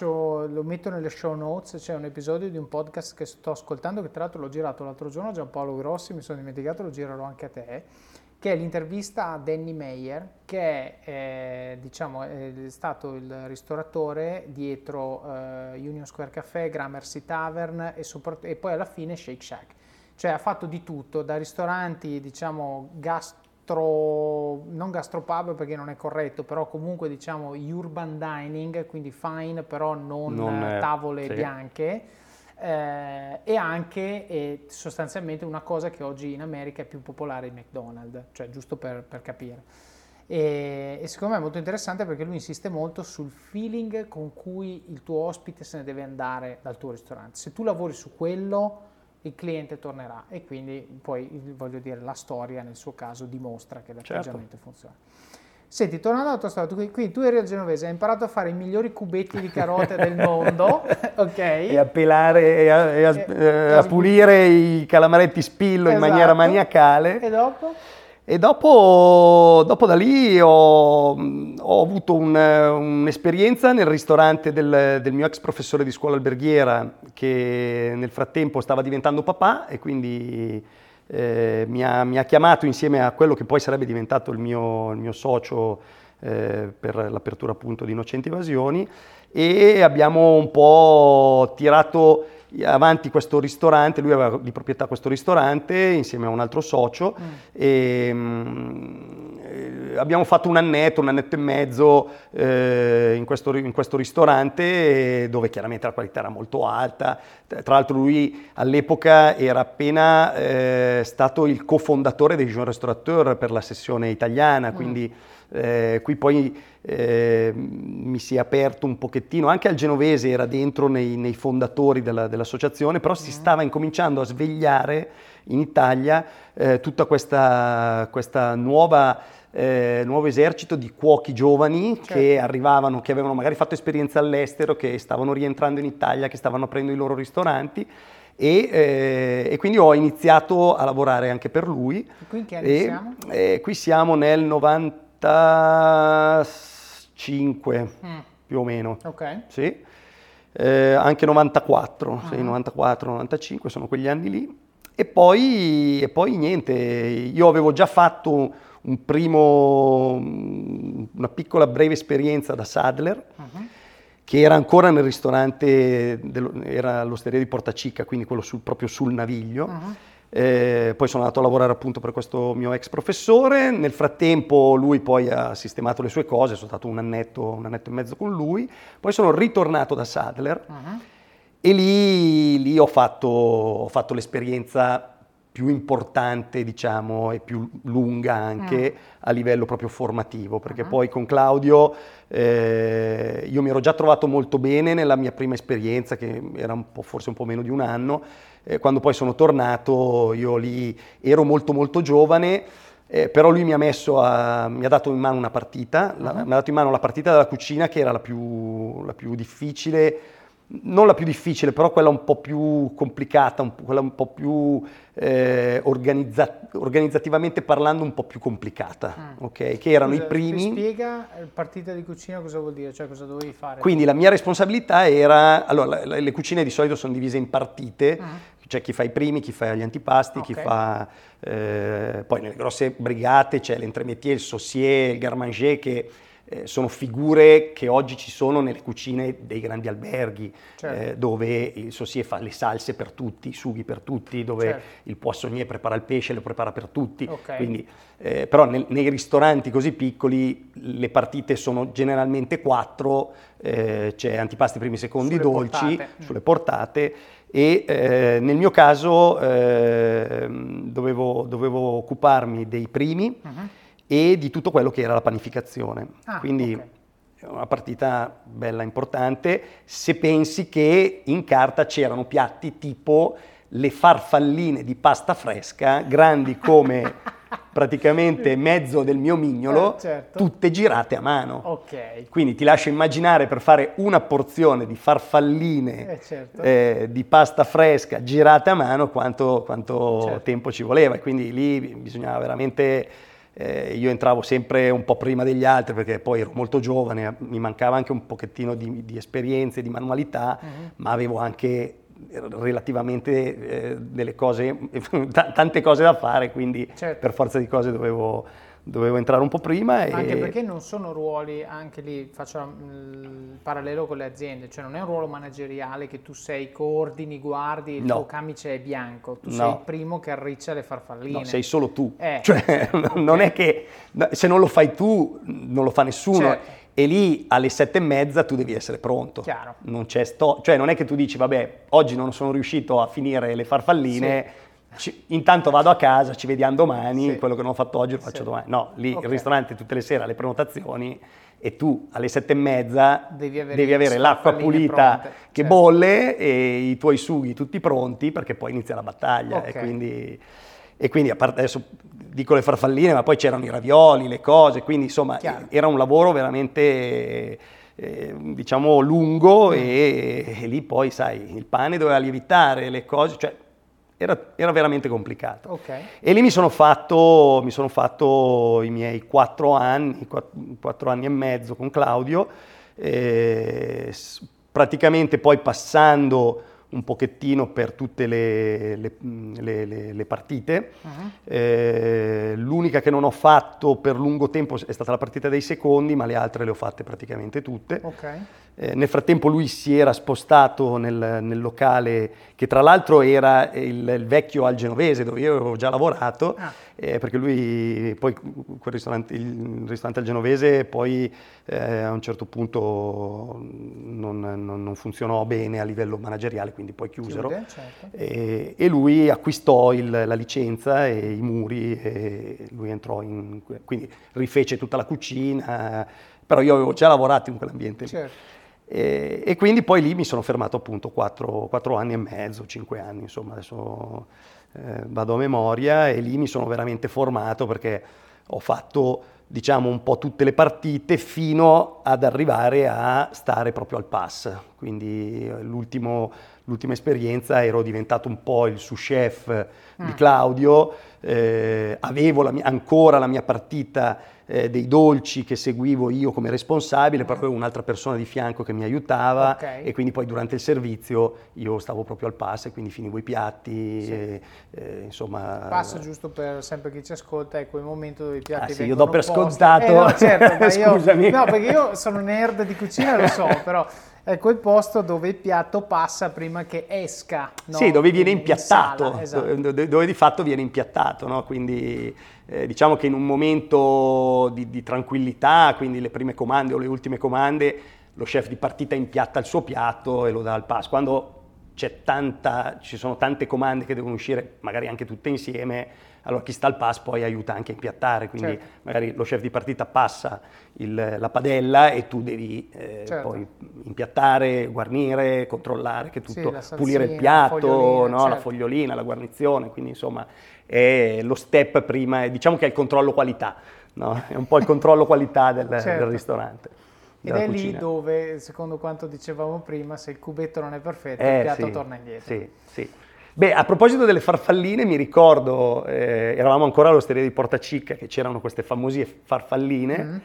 lo metto nelle show notes, c'è un episodio di un podcast che sto ascoltando, che tra l'altro l'ho girato l'altro giorno a Giampaolo Grossi, mi sono dimenticato, lo girerò anche a te, che è l'intervista a Danny Meyer, che è stato il ristoratore dietro Union Square Café, Gramercy Tavern e poi alla fine Shake Shack. Cioè ha fatto di tutto, da ristoranti, diciamo, non gastropub perché non è corretto, però comunque diciamo urban dining, quindi fine, però non tavole bianche. E anche sostanzialmente una cosa che oggi in America è più popolare, il McDonald's, cioè giusto per capire. E secondo me è molto interessante perché lui insiste molto sul feeling con cui il tuo ospite se ne deve andare dal tuo ristorante. Se tu lavori su quello, il cliente tornerà, e quindi poi, voglio dire, la storia nel suo caso dimostra che l'atteggiamento funziona. Senti, tornando alla tua storia, quindi tu eri al Genovese, hai imparato a fare i migliori cubetti di carote del mondo, ok? E a pelare e a pulire i calamaretti spillo in maniera maniacale. E dopo? E dopo da lì ho avuto un'esperienza nel ristorante del mio ex professore di scuola alberghiera, che nel frattempo stava diventando papà, e quindi mi ha chiamato insieme a quello che poi sarebbe diventato il mio socio per l'apertura appunto di Innocenti Evasioni, e abbiamo un po' tirato avanti questo ristorante. Lui aveva di proprietà questo ristorante insieme a un altro socio, e abbiamo fatto un annetto e mezzo in questo ristorante, dove chiaramente la qualità era molto alta. Tra l'altro lui all'epoca era appena stato il cofondatore dei Jeune Restaurateur per la sessione italiana, quindi qui poi mi si è aperto un pochettino, anche al Genovese era dentro nei fondatori dell'associazione, però si stava incominciando a svegliare in Italia tutta questa nuovo esercito di cuochi giovani che arrivavano, che avevano magari fatto esperienza all'estero, che stavano rientrando in Italia, che stavano aprendo i loro ristoranti. E quindi ho iniziato a lavorare anche per lui. E qui in che anni siamo? Qui siamo nel 95, più o meno. Ok. Sì. anche 94, sì, 94, 95, sono quegli anni lì. E poi niente, io avevo già fatto una piccola breve esperienza da Sadler, che era ancora nel ristorante, era all'Osteria di Portacicca, quindi quello proprio sul Naviglio. Poi sono andato a lavorare appunto per questo mio ex professore. Nel frattempo lui poi ha sistemato le sue cose, sono stato un annetto e mezzo con lui. Poi sono ritornato da Sadler e lì ho fatto l'esperienza più importante, diciamo, e più lunga anche a livello proprio formativo, perché poi con Claudio io mi ero già trovato molto bene nella mia prima esperienza, che era forse un po' meno di un anno. Quando poi sono tornato, io lì ero molto molto giovane, però lui mi ha dato in mano una partita, mi ha dato in mano la partita della cucina, che era la più difficile, non la più difficile, però quella un po' più complicata, quella un po' più organizzativamente parlando un po' più complicata, ok? Che erano i primi. Mi spiega partita di cucina cosa vuol dire, cioè cosa dovevi fare? Quindi la mia responsabilità era, allora le cucine di solito sono divise in partite, c'è chi fa i primi, chi fa gli antipasti, chi fa, poi nelle grosse brigate c'è l'entremétier, il saucier, il garde-manger, che sono figure che oggi ci sono nelle cucine dei grandi alberghi, dove il saucier fa le salse per tutti, i sughi per tutti, dove il poissonnier prepara il pesce, lo prepara per tutti. Quindi, però nei ristoranti così piccoli le partite sono generalmente 4, c'è antipasti, primi, secondi, sulle dolci, portate. Sulle portate. E nel mio caso dovevo occuparmi dei primi e di tutto quello che era la panificazione. Quindi è una partita bella importante, se pensi che in carta c'erano piatti tipo le farfalline di pasta fresca, grandi come praticamente mezzo del mio mignolo, tutte girate a mano. Quindi ti lascio immaginare, per fare una porzione di farfalline di pasta fresca girate a mano, quanto tempo ci voleva. E quindi lì bisognava veramente... io entravo sempre un po' prima degli altri, perché poi ero molto giovane, mi mancava anche un pochettino di esperienze, di manualità, ma avevo anche relativamente delle cose, tante cose da fare, quindi per forza di cose dovevo entrare un po' prima. Anche perché non sono ruoli, anche lì faccio il parallelo con le aziende, cioè non è un ruolo manageriale che tu coordini, guardi, il tuo camice è bianco, tu sei il primo che arriccia le farfalline. No, sei solo tu, cioè non è che se non lo fai tu non lo fa nessuno. E lì alle 7:30 tu devi essere pronto. Chiaro. Non c'è cioè non è che tu dici vabbè, oggi non sono riuscito a finire le farfalline, intanto vado a casa, ci vediamo domani, quello che non ho fatto oggi lo faccio domani. No, lì il ristorante tutte le sere ha le prenotazioni e tu alle 7:30 devi avere l'acqua pulita che bolle e i tuoi sughi tutti pronti, perché poi inizia la battaglia. E quindi a parte, adesso dico le farfalline, ma poi c'erano i ravioli, le cose, quindi insomma era un lavoro veramente diciamo lungo e lì poi sai, il pane doveva lievitare, le cose, cioè era veramente complicato. E lì mi sono fatto i miei 4 anni e mezzo con Claudio, praticamente poi passando un pochettino per tutte le partite. L'unica che non ho fatto per lungo tempo è stata la partita dei secondi, ma le altre le ho fatte praticamente tutte. Nel frattempo lui si era spostato nel locale, che tra l'altro era il vecchio al Genovese, dove io avevo già lavorato, perché lui poi il ristorante al Genovese poi a un certo punto non funzionò bene a livello manageriale, quindi poi chiusero. E lui acquistò la licenza e i muri, e lui entrò quindi rifece tutta la cucina, però io avevo già lavorato in quell'ambiente. E quindi poi lì mi sono fermato appunto 4 anni e mezzo, 5 anni, insomma adesso vado a memoria, e lì mi sono veramente formato, perché ho fatto diciamo un po' tutte le partite fino ad arrivare a stare proprio al pass. Quindi l'ultimo l'ultima esperienza ero diventato un po' il sous chef di Claudio, avevo ancora la mia partita dei dolci che seguivo io come responsabile, però avevo un'altra persona di fianco che mi aiutava, e quindi poi durante il servizio io stavo proprio al pass e quindi finivo i piatti, insomma... Passo, giusto per sempre chi ci ascolta, è quel momento dove i piatti vengono io do per posti. scontato, no, certo, ma scusami. No, perché io sono nerd di cucina, lo so, però è quel posto dove il piatto passa prima che esca, no? Sì, dove viene impiattato, esatto. dove di fatto viene impiattato, no? Quindi diciamo che in un momento di tranquillità, quindi le prime comande o le ultime comande, lo chef di partita impiatta il suo piatto e lo dà al pass. Quando ci sono tante comande che devono uscire, magari anche tutte insieme, allora chi sta al pass poi aiuta anche a impiattare, quindi magari lo chef di partita passa la padella e tu devi poi impiattare, guarnire, controllare che tutto, pulire il piatto, la fogliolina, la guarnizione, quindi insomma è lo step prima, diciamo che è il controllo qualità, no? È un po' il controllo qualità del ristorante. Ed è lì dove, secondo quanto dicevamo prima, se il cubetto non è perfetto, il piatto torna indietro. Sì. Beh, a proposito delle farfalline, mi ricordo, eravamo ancora all'Osteria di Porta Cicca, che c'erano queste famose farfalline,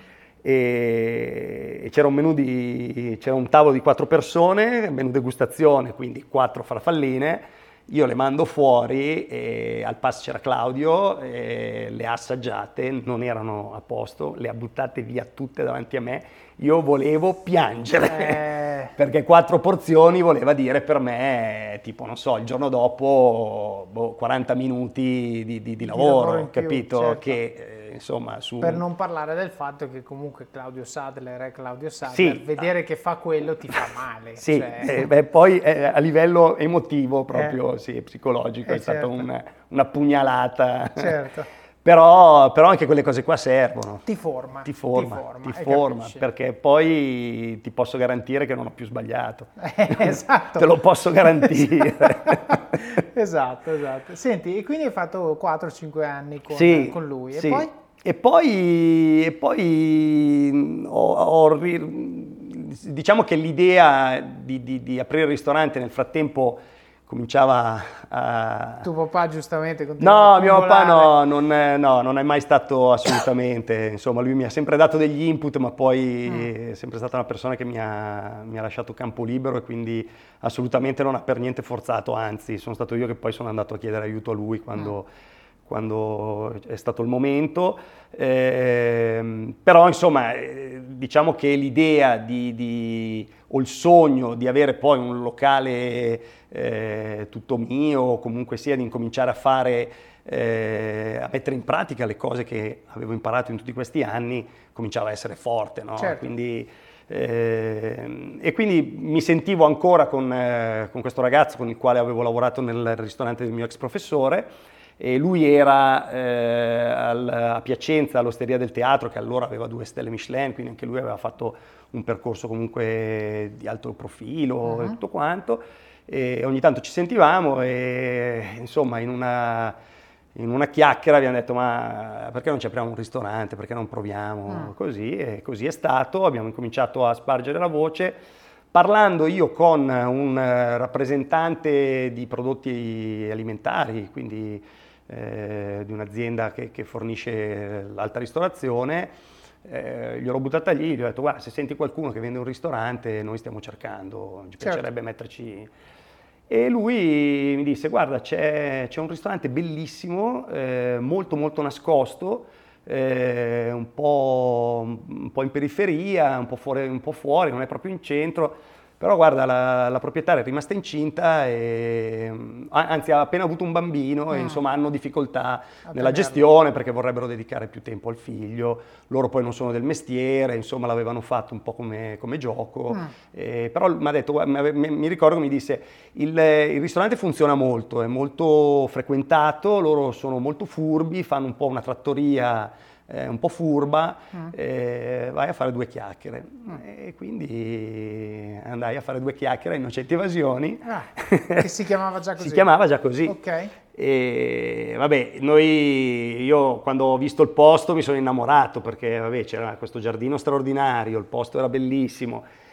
e c'era un tavolo di 4 persone, menù degustazione, quindi 4 farfalline. Io le mando fuori e al pass c'era Claudio, le ha assaggiate, non erano a posto, le ha buttate via tutte davanti a me. Io volevo piangere, perché 4 porzioni voleva dire per me, tipo, non so, il giorno dopo 40 minuti di lavoro, capito? Certo. Che insomma... Per non parlare del fatto che comunque Claudio Sadler, vedere che fa quello ti fa male. Sì, poi a livello emotivo proprio, psicologico, è stata una pugnalata. Certo. Però anche quelle cose qua servono. Ti forma, perché poi ti posso garantire che non ho più sbagliato. Esatto. Te lo posso garantire. Esatto. Senti, e quindi hai fatto 4-5 anni con lui, e poi? E poi diciamo che l'idea di aprire il ristorante nel frattempo cominciava a... Tuo papà giustamente continuava No, mio papà non è mai stato assolutamente, insomma lui mi ha sempre dato degli input, ma poi è sempre stata una persona che mi ha lasciato campo libero e quindi assolutamente non ha per niente forzato, anzi sono stato io che poi sono andato a chiedere aiuto a lui quando è stato il momento, però insomma diciamo che l'idea o il sogno di avere poi un locale tutto mio, o comunque sia di incominciare a mettere in pratica le cose che avevo imparato in tutti questi anni, cominciava a essere forte, no? Certo. Quindi, e quindi mi sentivo ancora con questo ragazzo con il quale avevo lavorato nel ristorante del mio ex professore, e lui era a Piacenza all'Osteria del Teatro, che allora aveva 2 stelle Michelin, quindi anche lui aveva fatto un percorso comunque di alto profilo e tutto quanto, e ogni tanto ci sentivamo e insomma in una chiacchiera abbiamo detto: ma perché non ci apriamo un ristorante, perché non proviamo? Così, e così è stato. Abbiamo incominciato a spargere la voce, parlando io con un rappresentante di prodotti alimentari, quindi di un'azienda che fornisce l'alta ristorazione. Gliel'ho buttata lì, gli ho detto: guarda, se senti qualcuno che vende un ristorante, noi stiamo cercando, ci piacerebbe metterci. E lui mi disse: guarda, c'è un ristorante bellissimo, molto molto nascosto, un po' in periferia, un po' fuori, non è proprio in centro. Però guarda, la proprietaria è rimasta incinta, anzi ha appena avuto un bambino e insomma hanno difficoltà nella gestione perché vorrebbero dedicare più tempo al figlio. Loro poi non sono del mestiere, insomma l'avevano fatto un po' come gioco. Però mi ha detto, mi ricordo che mi disse: il ristorante funziona molto, è molto frequentato, loro sono molto furbi, fanno un po' una trattoria un po' furba, vai a fare 2 chiacchiere. E quindi andai a fare 2 chiacchiere a Innocenti Evasioni. Che si chiamava già così? Si chiamava già così. Ok. E vabbè, io quando ho visto il posto mi sono innamorato, perché vabbè, c'era questo giardino straordinario, il posto era bellissimo.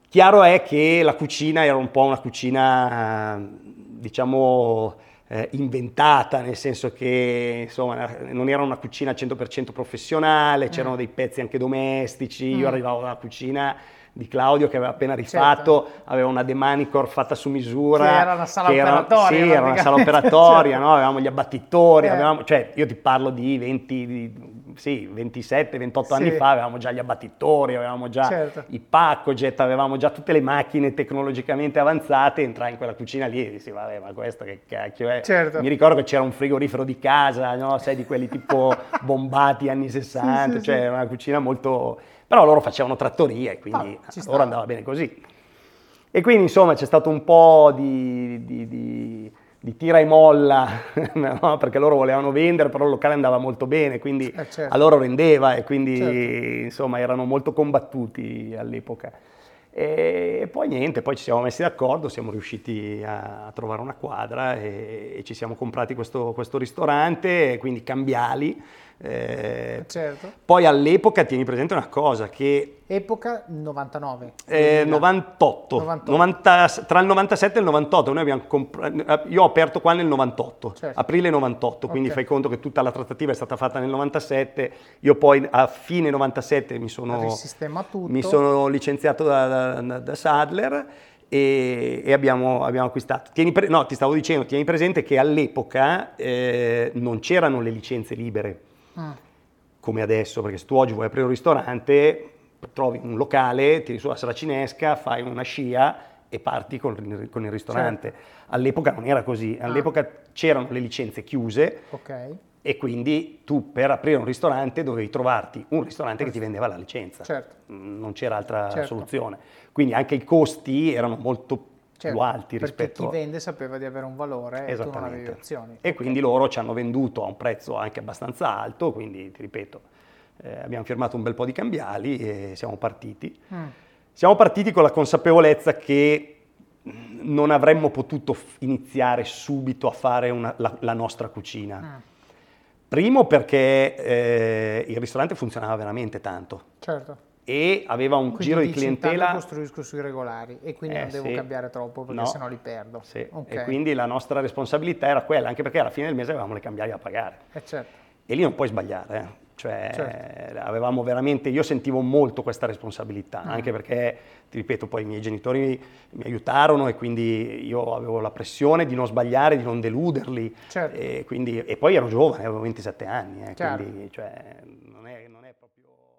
Chiaro è che la cucina era un po' una cucina, diciamo, inventata, nel senso che insomma non era una cucina 100% professionale, c'erano dei pezzi anche domestici. Io arrivavo dalla cucina di Claudio che aveva appena rifatto, aveva una Demanicor fatta su misura. Che era una sala operatoria. Sì, era una sala operatoria, certo. no? Avevamo gli abbattitori, cioè io ti parlo di 27, 28 anni fa, avevamo già gli abbattitori, avevamo già i Packojet, avevamo già tutte le macchine tecnologicamente avanzate. Entrai in quella cucina lì e dissi, vabbè, ma questo che cacchio è? Mi ricordo che c'era un frigorifero di casa, no? Sai, di quelli tipo bombati anni 60, cioè era una cucina molto... Però loro facevano trattoria e quindi loro andava bene così. E quindi insomma c'è stato un po' di tira e molla, no? Perché loro volevano vendere, però il locale andava molto bene, quindi a loro rendeva e quindi insomma erano molto combattuti all'epoca. E poi niente, poi ci siamo messi d'accordo, siamo riusciti a trovare una quadra e ci siamo comprati questo ristorante, quindi Cambiali. Poi all'epoca tieni presente una cosa che... Epoca 99? 98. Tra il 97 e il 98, noi abbiamo io ho aperto qua nel 98, aprile 98, quindi fai conto che tutta la trattativa è stata fatta nel 97, io poi a fine 97 mi sono licenziato da Sadler e abbiamo acquistato. Ti stavo dicendo, tieni presente che all'epoca non c'erano le licenze libere. Come adesso, perché se tu oggi vuoi aprire un ristorante, trovi un locale, tiri su la saracinesca, fai una scia e parti con il ristorante. All'epoca non era così, all'epoca c'erano le licenze chiuse e quindi tu per aprire un ristorante dovevi trovarti un ristorante che ti vendeva la licenza, non c'era altra soluzione. Quindi anche i costi erano molto più alti rispetto... Perché chi vende sapeva di avere un valore e tu non avevi opzioni. E quindi loro ci hanno venduto a un prezzo anche abbastanza alto, quindi ti ripeto, abbiamo firmato un bel po' di cambiali e siamo partiti. Siamo partiti con la consapevolezza che non avremmo potuto iniziare subito a fare la nostra cucina. Primo perché il ristorante funzionava veramente tanto. E aveva un giro di clientela. Costruisco sui regolari e quindi non devo cambiare troppo perché sennò li perdo. E quindi la nostra responsabilità era quella, anche perché alla fine del mese avevamo le cambiali da pagare. E lì non puoi sbagliare. Avevamo veramente, io sentivo molto questa responsabilità, anche perché, ti ripeto, poi i miei genitori mi aiutarono e quindi io avevo la pressione di non sbagliare, di non deluderli. E poi ero giovane, avevo 27 anni, quindi non è proprio...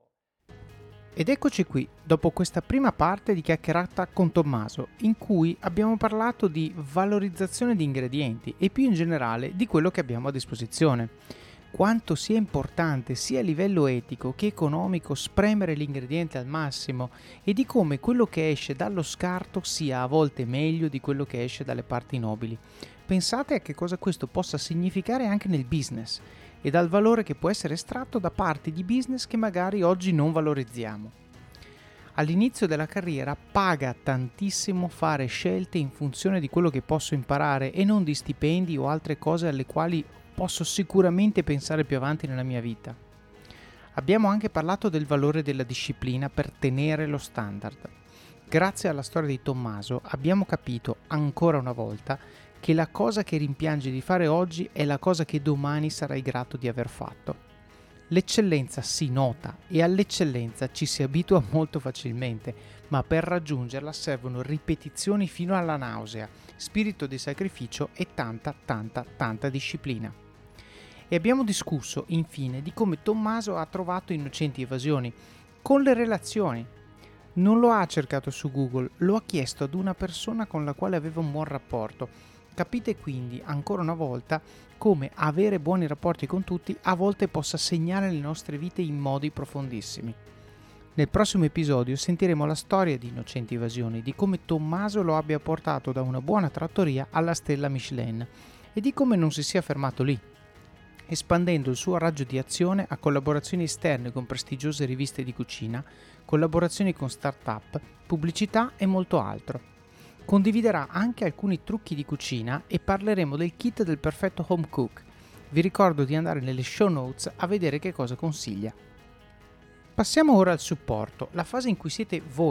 Ed eccoci qui, dopo questa prima parte di chiacchierata con Tommaso, in cui abbiamo parlato di valorizzazione di ingredienti e più in generale di quello che abbiamo a disposizione. Quanto sia importante sia a livello etico che economico spremere l'ingrediente al massimo e di come quello che esce dallo scarto sia a volte meglio di quello che esce dalle parti nobili. Pensate a che cosa questo possa significare anche nel business e dal valore che può essere estratto da parti di business che magari oggi non valorizziamo. All'inizio della carriera paga tantissimo fare scelte in funzione di quello che posso imparare e non di stipendi o altre cose alle quali posso sicuramente pensare più avanti nella mia vita. Abbiamo anche parlato del valore della disciplina per tenere lo standard. Grazie alla storia di Tommaso abbiamo capito ancora una volta che la cosa che rimpiangi di fare oggi è la cosa che domani sarai grato di aver fatto. L'eccellenza si nota e all'eccellenza ci si abitua molto facilmente, ma per raggiungerla servono ripetizioni fino alla nausea, spirito di sacrificio e tanta disciplina. E abbiamo discusso infine di come Tommaso ha trovato innocenti evasioni con le relazioni. Non lo ha cercato su Google, lo ha chiesto ad una persona con la quale aveva un buon rapporto. Capite quindi ancora una volta come avere buoni rapporti con tutti a volte possa segnare le nostre vite in modi profondissimi. Nel prossimo episodio sentiremo la storia di innocenti evasioni, di come Tommaso lo abbia portato da una buona trattoria alla stella Michelin e di come non si sia fermato lì, espandendo il suo raggio di azione a collaborazioni esterne con prestigiose riviste di cucina, collaborazioni con start-up, pubblicità e molto altro. Condividerà anche alcuni trucchi di cucina e parleremo del kit del perfetto home cook. Vi ricordo di andare nelle show notes a vedere che cosa consiglia. Passiamo ora al supporto, la fase in cui siete voi,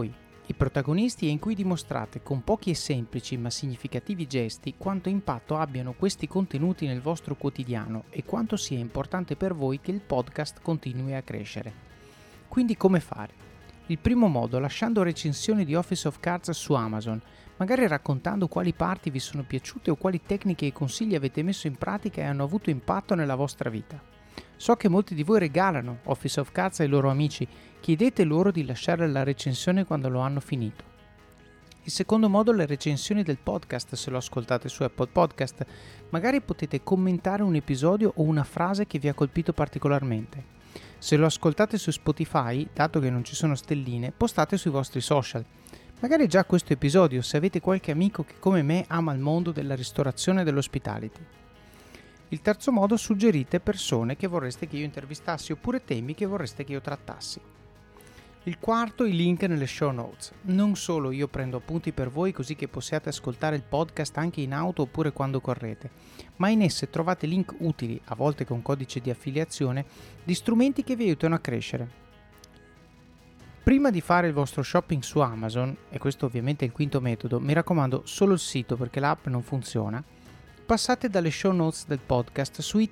i protagonisti e in cui dimostrate con pochi e semplici ma significativi gesti quanto impatto abbiano questi contenuti nel vostro quotidiano e quanto sia importante per voi che il podcast continui a crescere. Quindi come fare? Il primo modo, lasciando recensioni di Office of Cards su Amazon, magari raccontando quali parti vi sono piaciute o quali tecniche e consigli avete messo in pratica e hanno avuto impatto nella vostra vita. So che molti di voi regalano Office of Cards ai loro amici, chiedete loro di lasciare la recensione quando lo hanno finito. Il secondo modo, le recensioni del podcast, se lo ascoltate su Apple Podcast, magari potete commentare un episodio o una frase che vi ha colpito particolarmente. Se lo ascoltate su Spotify, dato che non ci sono stelline, postate sui vostri social. Magari già questo episodio, se avete qualche amico che come me ama il mondo della ristorazione e dell'hospitality. Il terzo modo, suggerite persone che vorreste che io intervistassi oppure temi che vorreste che io trattassi. Il quarto, i link nelle show notes. Non solo io prendo appunti per voi così che possiate ascoltare il podcast anche in auto oppure quando correte, ma in esse trovate link utili, a volte con codice di affiliazione, di strumenti che vi aiutano a crescere. Prima di fare il vostro shopping su Amazon, e questo ovviamente è il quinto metodo, mi raccomando solo il sito perché l'app non funziona, passate dalle show notes del podcast su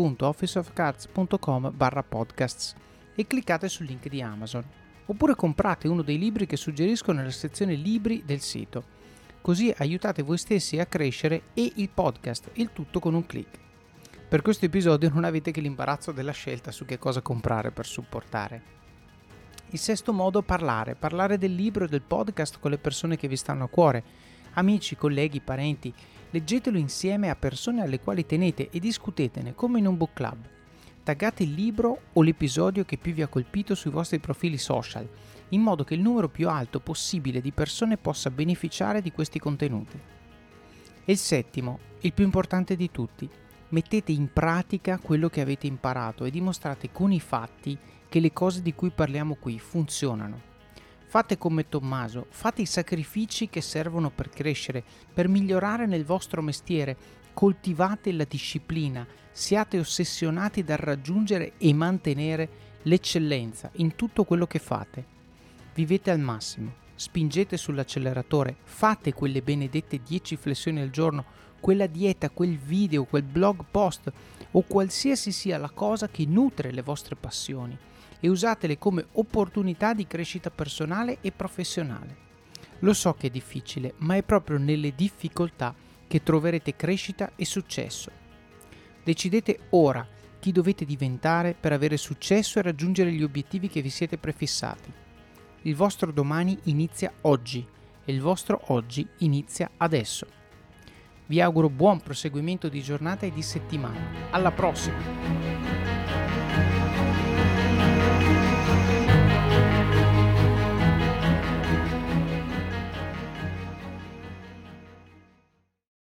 it.officeofcards.com/podcasts e cliccate sul link di Amazon. Oppure comprate uno dei libri che suggerisco nella sezione libri del sito, così aiutate voi stessi a crescere e il podcast, il tutto con un click. Per questo episodio non avete che l'imbarazzo della scelta su che cosa comprare per supportare. Il sesto modo, parlare del libro e del podcast con le persone che vi stanno a cuore, amici, colleghi, parenti. Leggetelo insieme a persone alle quali tenete e discutetene come in un book club. Taggate il libro o l'episodio che più vi ha colpito sui vostri profili social, in modo che il numero più alto possibile di persone possa beneficiare di questi contenuti. E il settimo, il più importante di tutti, mettete in pratica quello che avete imparato e dimostrate con i fatti che le cose di cui parliamo qui funzionano. Fate come Tommaso, fate i sacrifici che servono per crescere, per migliorare nel vostro mestiere, coltivate la disciplina, siate ossessionati dal raggiungere e mantenere l'eccellenza in tutto quello che fate. Vivete al massimo, spingete sull'acceleratore, fate quelle benedette 10 flessioni al giorno, quella dieta, quel video, quel blog post o qualsiasi sia la cosa che nutre le vostre passioni e usatele come opportunità di crescita personale e professionale. Lo so che è difficile, ma è proprio nelle difficoltà che troverete crescita e successo. Decidete ora chi dovete diventare per avere successo e raggiungere gli obiettivi che vi siete prefissati. Il vostro domani inizia oggi e il vostro oggi inizia adesso. Vi auguro buon proseguimento di giornata e di settimana. Alla prossima!